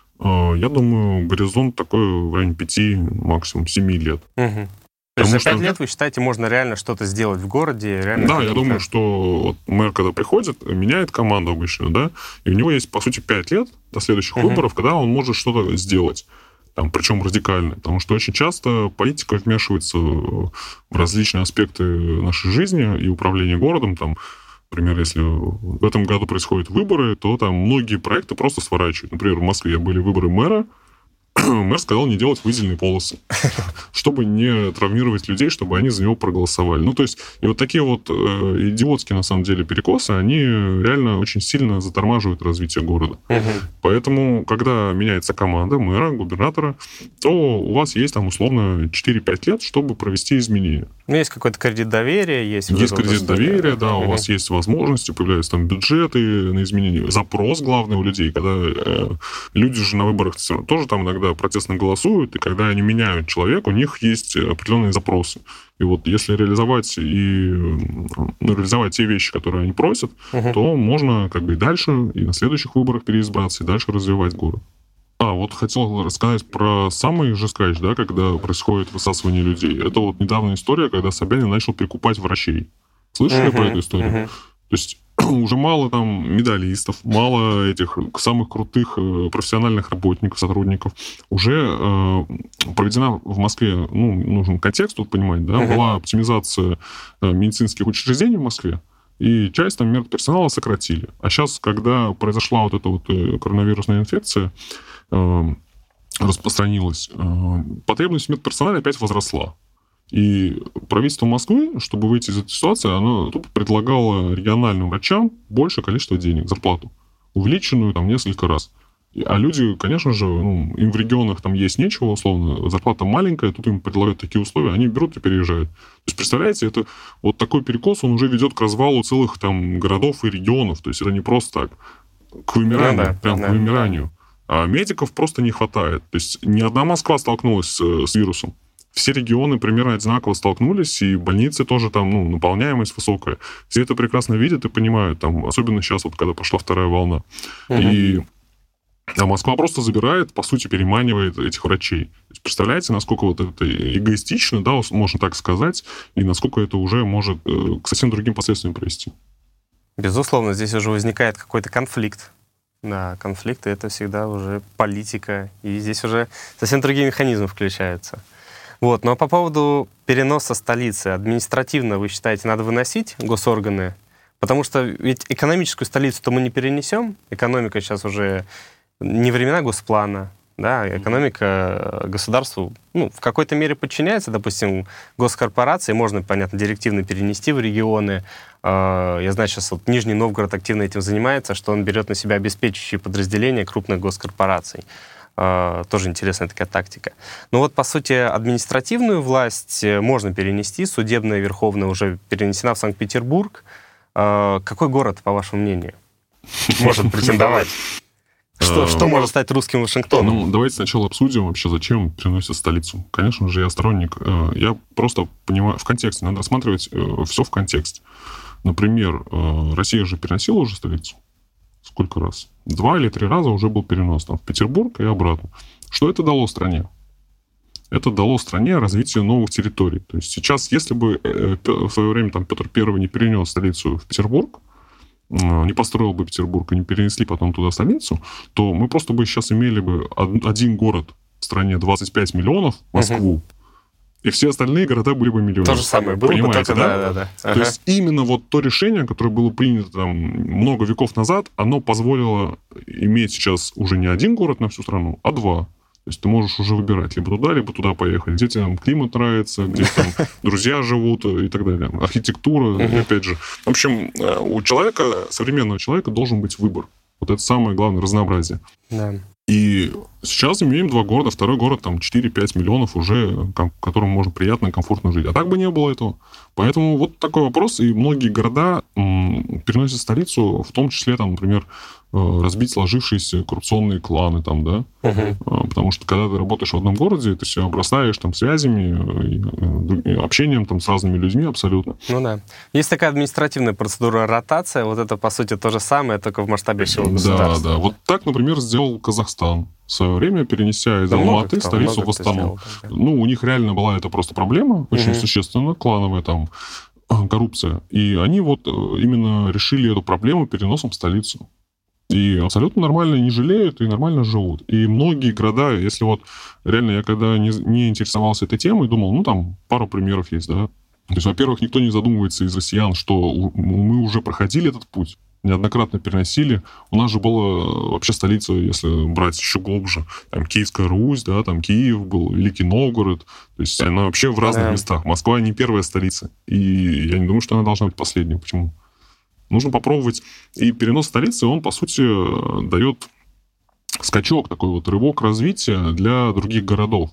Я думаю, горизонт такой в районе пяти, максимум семи лет. Uh-huh. То есть за пять лет, вы считаете, можно реально что-то сделать в городе? Реально да, я думаю, что вот мэр, когда приходит, меняет команду обычно, да, и у него есть, по сути, пять лет до следующих uh-huh. выборов, когда он может что-то сделать. Там, причем радикальные. Потому что очень часто политика вмешивается в различные аспекты нашей жизни и управления городом. Там, например, если в этом году происходят выборы, то там многие проекты просто сворачивают. Например, в Москве были выборы мэра, мэр сказал не делать выделенные полосы, чтобы не травмировать людей, чтобы они за него проголосовали. Ну, то есть, и вот такие вот э, идиотские, на самом деле, перекосы, они реально очень сильно затормаживают развитие города. Угу. Поэтому, когда меняется команда мэра, губернатора, то у вас есть там, условно, четыре-пять лет, чтобы провести изменения. Ну, есть какой-то кредит доверия, есть... Есть кредит доверия, да, угу. У вас есть возможности, появляются там бюджеты на изменения. Запрос, главный, у людей, когда э, люди же на выборах тоже там иногда протестно голосуют, и когда они меняют человека, у них есть определенные запросы. И вот если реализовать и ну, реализовать те вещи, которые они просят, угу. то можно как бы и дальше, и на следующих выборах переизбраться, и дальше развивать город. А, вот хотел рассказать про самый жесткач, да, когда происходит высасывание людей. Это вот недавняя история, когда Собянин начал перекупать врачей. Слышали угу. про эту историю? Угу. То есть уже мало там медалистов, мало этих самых крутых профессиональных работников, сотрудников. Уже э, проведена в Москве, ну, нужен контекст тут понимать, да, uh-huh. была оптимизация медицинских учреждений в Москве, и часть там медперсонала сократили. А сейчас, когда произошла вот эта вот коронавирусная инфекция, э, распространилась, э, потребность в медперсонале опять возросла. И правительство Москвы, чтобы выйти из этой ситуации, оно тупо предлагало региональным врачам большее количество денег, зарплату, увеличенную там несколько раз. А люди, конечно же, ну, им в регионах там есть нечего, условно, зарплата маленькая, тут им предлагают такие условия, они берут и переезжают. То есть, представляете, это вот такой перекос, он уже ведет к развалу целых там городов и регионов. То есть это не просто так, к вымиранию, ну, да, прям да, к вымиранию. А медиков просто не хватает. То есть ни одна Москва столкнулась с, с вирусом. Все регионы примерно одинаково столкнулись, и больницы тоже там, ну, наполняемость высокая. Все это прекрасно видят и понимают, там, особенно сейчас, вот, когда пошла вторая волна. Угу. И а Москва просто забирает, по сути, переманивает этих врачей. То есть, представляете, насколько вот это эгоистично, да, можно так сказать, и насколько это уже может к совсем другим последствиям привести. Безусловно, здесь уже возникает какой-то конфликт. Да, конфликты — это всегда уже политика, и здесь уже совсем другие механизмы включаются. Вот. Ну а по поводу переноса столицы, административно, вы считаете, надо выносить госорганы? Потому что ведь экономическую столицу-то мы не перенесем. Экономика сейчас уже не времена госплана, да, экономика государству, ну, в какой-то мере подчиняется, допустим, госкорпорации, можно, понятно, директивно перенести в регионы. Я знаю, сейчас вот Нижний Новгород активно этим занимается, что он берет на себя обеспечивающие подразделения крупных госкорпораций. Тоже интересная такая тактика. Но вот, по сути, административную власть можно перенести, судебная, верховная уже перенесена в Санкт-Петербург. Какой город, по вашему мнению, может претендовать? Что, что может стать русским Вашингтоном? Ну, давайте сначала обсудим вообще, зачем переносят столицу. Конечно же, я сторонник. Я просто понимаю, в контексте, надо рассматривать все в контексте. Например, Россия же переносила уже столицу. Сколько раз? Два или три раза уже был перенос там, в Петербург и обратно. Что это дало стране? Это дало стране развитие новых территорий. То есть сейчас, если бы в свое время там, Петр Первый не перенес столицу в Петербург, не построил бы Петербург и не перенесли потом туда столицу, то мы просто бы сейчас имели бы один город в стране двадцать пять миллионов, Москву, угу. и все остальные города были бы миллионы. То же самое было бы, только, да? Да, да, да. Ага. То есть именно вот то решение, которое было принято там много веков назад, оно позволило иметь сейчас уже не один город на всю страну, а два. То есть ты можешь уже выбирать либо туда, либо туда поехать. Где тебе там климат нравится, где там друзья живут и так далее. Архитектура, опять же. В общем, у человека, современного человека должен быть выбор. Вот это самое главное, разнообразие. Да. И сейчас имеем два города. Второй город, там, четыре-пять миллионов уже, в котором можно приятно и комфортно жить. А так бы не было этого. Поэтому вот такой вопрос. И многие города м, переносят столицу, в том числе, там, например, разбить сложившиеся коррупционные кланы там, да, uh-huh. потому что когда ты работаешь в одном городе, ты себя обрастаешь там связями, и общением там с разными людьми абсолютно. Ну да. Есть такая административная процедура ротация, вот это, по сути, то же самое, только в масштабе всего государства. Да, да. Вот так, например, сделал Казахстан в свое время, перенеся из да Алматы кто, столицу в Астану. Ну, у них реально была это просто проблема, очень uh-huh. существенная, клановая там коррупция. И они вот именно решили эту проблему переносом в столицу. И абсолютно нормально не жалеют, и нормально живут. И многие города, если вот реально я когда не, не интересовался этой темой, думал, ну, там пару примеров есть, да. То есть, во-первых, никто не задумывается из россиян, что у, мы уже проходили этот путь, неоднократно переносили. У нас же была вообще столица, если брать еще глубже, там Киевская Русь, да, там Киев был, Великий Новгород. То есть она вообще в разных да. местах. Москва не первая столица. И я не думаю, что она должна быть последней. Почему? Нужно попробовать. И перенос столицы, он, по сути, дает скачок, такой вот рывок развития для других городов.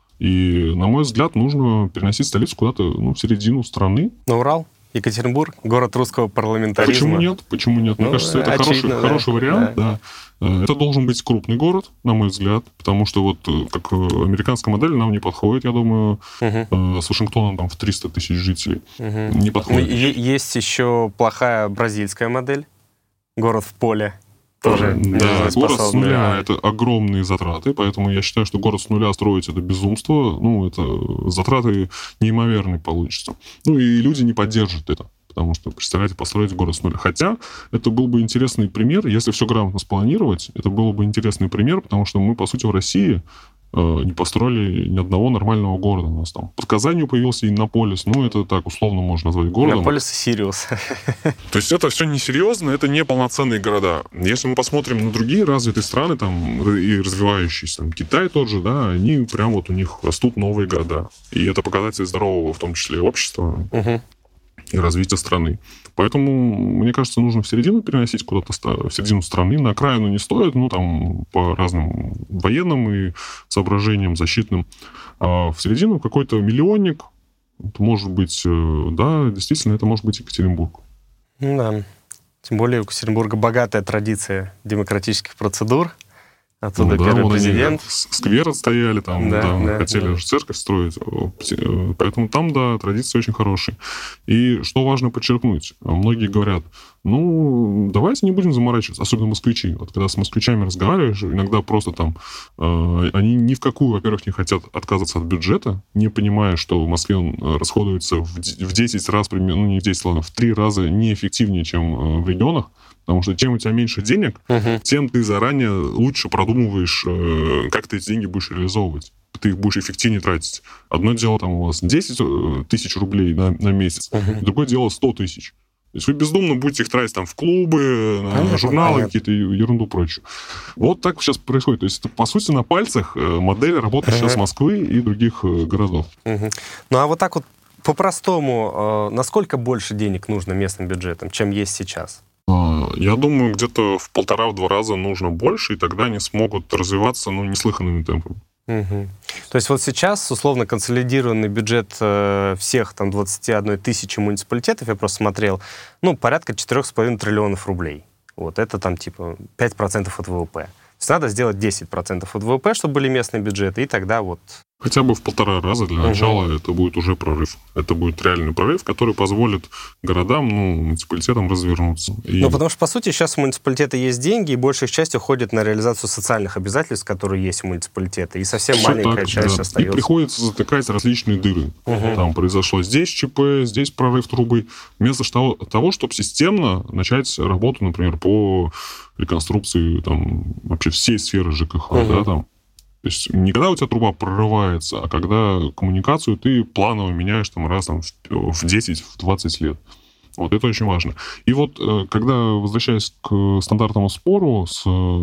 И, на мой взгляд, нужно переносить столицу куда-то, ну, в середину страны. На Урал? Екатеринбург? Город русского парламентаризма? Почему нет? Почему нет? Ну, Мне кажется, это очевидно, хороший, да. хороший вариант, да. да. Это должен быть крупный город, на мой взгляд, потому что вот как американская модель нам не подходит, я думаю, угу. с Вашингтоном там в триста тысяч жителей. Угу. Не подходит. Есть еще плохая бразильская модель, город в поле. Тоже да, город с нуля — это огромные затраты, поэтому я считаю, что город с нуля строить — это безумство, ну, это затраты неимоверные получатся. Ну, и люди не поддержат это, потому что, представляете, построить город с нуля. Хотя это был бы интересный пример, если все грамотно спланировать, это был бы интересный пример, потому что мы, по сути, в России не построили ни одного нормального города у нас там. Под Казанью появился Иннополис, ну, это так условно можно назвать городом. Иннополис и Сириус. То есть это все несерьезно, это не полноценные города. Если мы посмотрим на другие развитые страны, там, и развивающиеся, там, Китай тот же, да, они прям вот у них растут новые города. И это показатель здорового, в том числе, общества. Угу. И развития страны. Поэтому, мне кажется, нужно в середину переносить куда-то, в середину страны. На окраину не стоит, ну, там, по разным военным и соображениям защитным. А в середину какой-то миллионник, это может быть, да, действительно, это может быть Екатеринбург. Да. Тем более у Екатеринбурга богатая традиция демократических процедур. Оттуда ну, первый да, президент. Сквер отстояли, там, да, да, да, хотели да. же церковь строить. Поэтому там, да, традиции очень хорошие. И что важно подчеркнуть, многие говорят, ну, давайте не будем заморачиваться, особенно москвичи. Вот когда с москвичами разговариваешь, иногда просто там, э, они ни в какую, во-первых, не хотят отказываться от бюджета, не понимая, что в Москве он расходуется в десять раз, ну, не в десять, ладно, в три раза неэффективнее, чем в регионах. Потому что чем у тебя меньше денег, uh-huh. тем ты заранее лучше продумываешь, как ты эти деньги будешь реализовывать. Ты их будешь эффективнее тратить. Одно дело, там у вас десять тысяч рублей на, на месяц, uh-huh. другое дело сто тысяч. То есть вы бездумно будете их тратить там, в клубы, на понятно, журналы, понятно. Какие-то ерунду прочую. Вот так сейчас происходит. То есть это, по сути, на пальцах модель работы uh-huh. сейчас Москвы и других городов. Uh-huh. Ну а вот так вот по-простому, насколько больше денег нужно местным бюджетам, чем есть сейчас? Я думаю, где-то в полтора-два раза нужно больше, и тогда они смогут развиваться, ну, неслыханными темпами. Угу. То есть вот сейчас условно консолидированный бюджет э, всех там двадцати одной тысячи муниципалитетов, я просто смотрел, ну, порядка четыре с половиной триллионов рублей. Вот это там типа пять процентов от ВВП. То есть надо сделать десять процентов от ВВП, чтобы были местные бюджеты, и тогда вот... Хотя бы в полтора раза для угу. начала это будет уже прорыв. Это будет реальный прорыв, который позволит городам, ну, муниципалитетам развернуться. И... Ну, потому что, по сути, сейчас у муниципалитета есть деньги, и большая их часть уходит на реализацию социальных обязательств, которые есть у муниципалитета, и совсем Все маленькая так, часть да. остается. И приходится затыкать различные дыры. Угу. Там произошло здесь ЧП, здесь прорыв трубы. Вместо того, того, чтобы системно начать работу, например, по реконструкции там, вообще всей сферы ЖКХ, угу. да, там. То есть не когда у тебя труба прорывается, а когда коммуникацию ты планово меняешь там, раз там, в десять-двадцать лет. Вот это очень важно. И вот когда, возвращаясь к стандартному спору с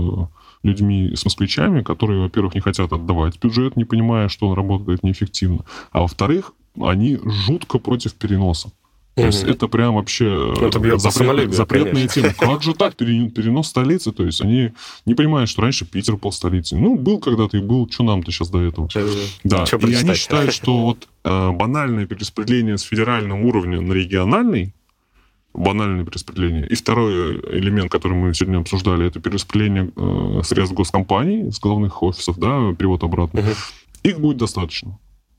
людьми, с москвичами, которые, во-первых, не хотят отдавать бюджет, не понимая, что он работает неэффективно, а во-вторых, они жутко против переноса. То mm-hmm. есть это прям вообще это запрет, запретная тема. Как же так? Перенос столицы? То есть они не понимают, что раньше Питер был столицей. Ну, был когда-то и был. Что нам-то сейчас до этого? Че, да. И прочитать? Они считают, что вот э, банальное перераспределение с федерального уровня на региональный, банальное перераспределение. И второй элемент, который мы сегодня обсуждали, это перераспределение э, средств госкомпаний с главных офисов, да, перевод обратно. Mm-hmm. Их будет достаточно.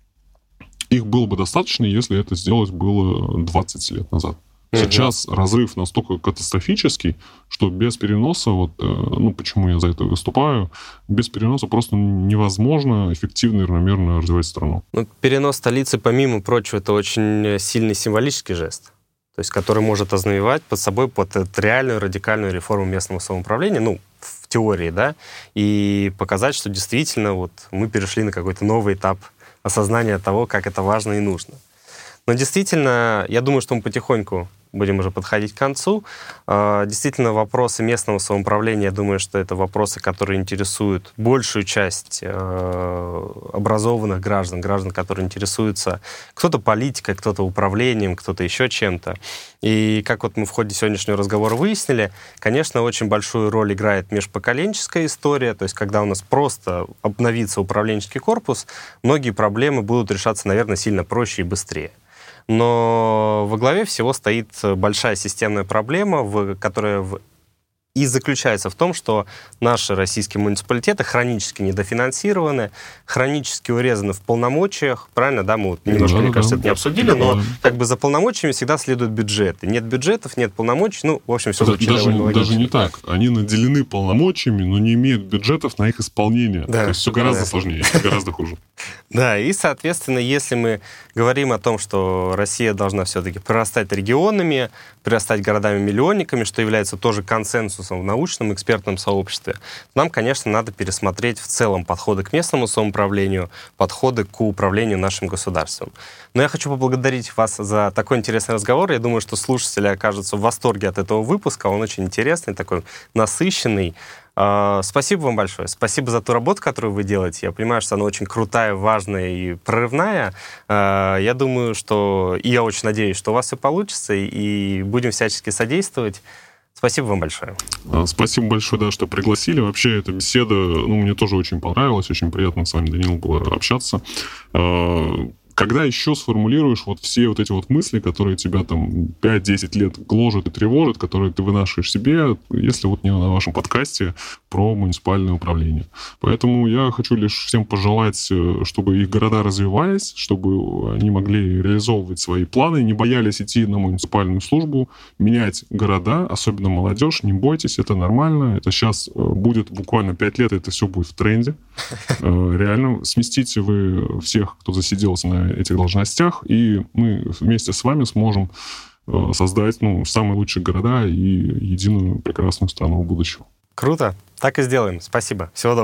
Их было бы достаточно, если это сделать было двадцать лет назад. Сейчас uh-huh. разрыв настолько катастрофический, что без переноса, вот, ну, почему я за это выступаю, без переноса просто невозможно эффективно и равномерно развивать страну. Ну, перенос столицы, помимо прочего, это очень сильный символический жест. то есть который может ознаменовать под собой под реальную радикальную реформу местного самоуправления, ну, в теории, да, и показать, что действительно вот мы перешли на какой-то новый этап осознания того, как это важно и нужно. Но действительно, я думаю, что мы потихоньку будем уже подходить к концу. Действительно, вопросы местного самоуправления, я думаю, что это вопросы, которые интересуют большую часть образованных граждан, граждан, которые интересуются кто-то политикой, кто-то управлением, кто-то еще чем-то. И как вот мы в ходе сегодняшнего разговора выяснили, конечно, очень большую роль играет межпоколенческая история, то есть когда у нас просто обновится управленческий корпус, многие проблемы будут решаться, наверное, сильно проще и быстрее. Но во главе всего стоит большая системная проблема, в, которая в, и заключается в том, что наши российские муниципалитеты хронически недофинансированы, хронически урезаны в полномочиях. Правильно, да? Мы вот немножко, да, мне да, кажется, да. это не обсудили, но как бы за полномочиями всегда следуют бюджеты. Нет бюджетов, нет полномочий. Ну, в общем, все звучит довольно логично. Даже не так. Они наделены полномочиями, но не имеют бюджетов на их исполнение. Да. То есть все гораздо да. сложнее, гораздо хуже. Да, и, соответственно, если мы говорим о том, что Россия должна все-таки прирастать регионами, прирастать городами-миллионниками, что является тоже консенсусом в научном экспертном сообществе, нам, конечно, надо пересмотреть в целом подходы к местному самоуправлению, подходы к управлению нашим государством. Но я хочу поблагодарить вас за такой интересный разговор. Я думаю, что слушатели окажутся в восторге от этого выпуска. Он очень интересный, такой насыщенный. Спасибо вам большое. Спасибо за ту работу, которую вы делаете. Я понимаю, что она очень крутая, важная и прорывная. Я думаю, что... И я очень надеюсь, что у вас все получится, и будем всячески содействовать. Спасибо вам большое. Спасибо большое, да, что пригласили. Вообще, эта беседа, ну, мне тоже очень понравилась. Очень приятно с вами, Данил, было общаться. Когда еще сформулируешь вот все вот эти вот мысли, которые тебя там пять-десять лет гложат и тревожат, которые ты вынашиваешь себе, если вот не на вашем подкасте про муниципальное управление. Поэтому я хочу лишь всем пожелать, чтобы их города развивались, чтобы они могли реализовывать свои планы, не боялись идти на муниципальную службу, менять города, особенно молодежь, не бойтесь, это нормально. Это сейчас будет буквально пять лет, и это все будет в тренде. Реально, сместите вы всех, кто засиделся на этих должностях, и мы вместе с вами сможем создать, ну, самые лучшие города и единую прекрасную страну будущего. Круто. Так и сделаем. Спасибо. Всего доброго.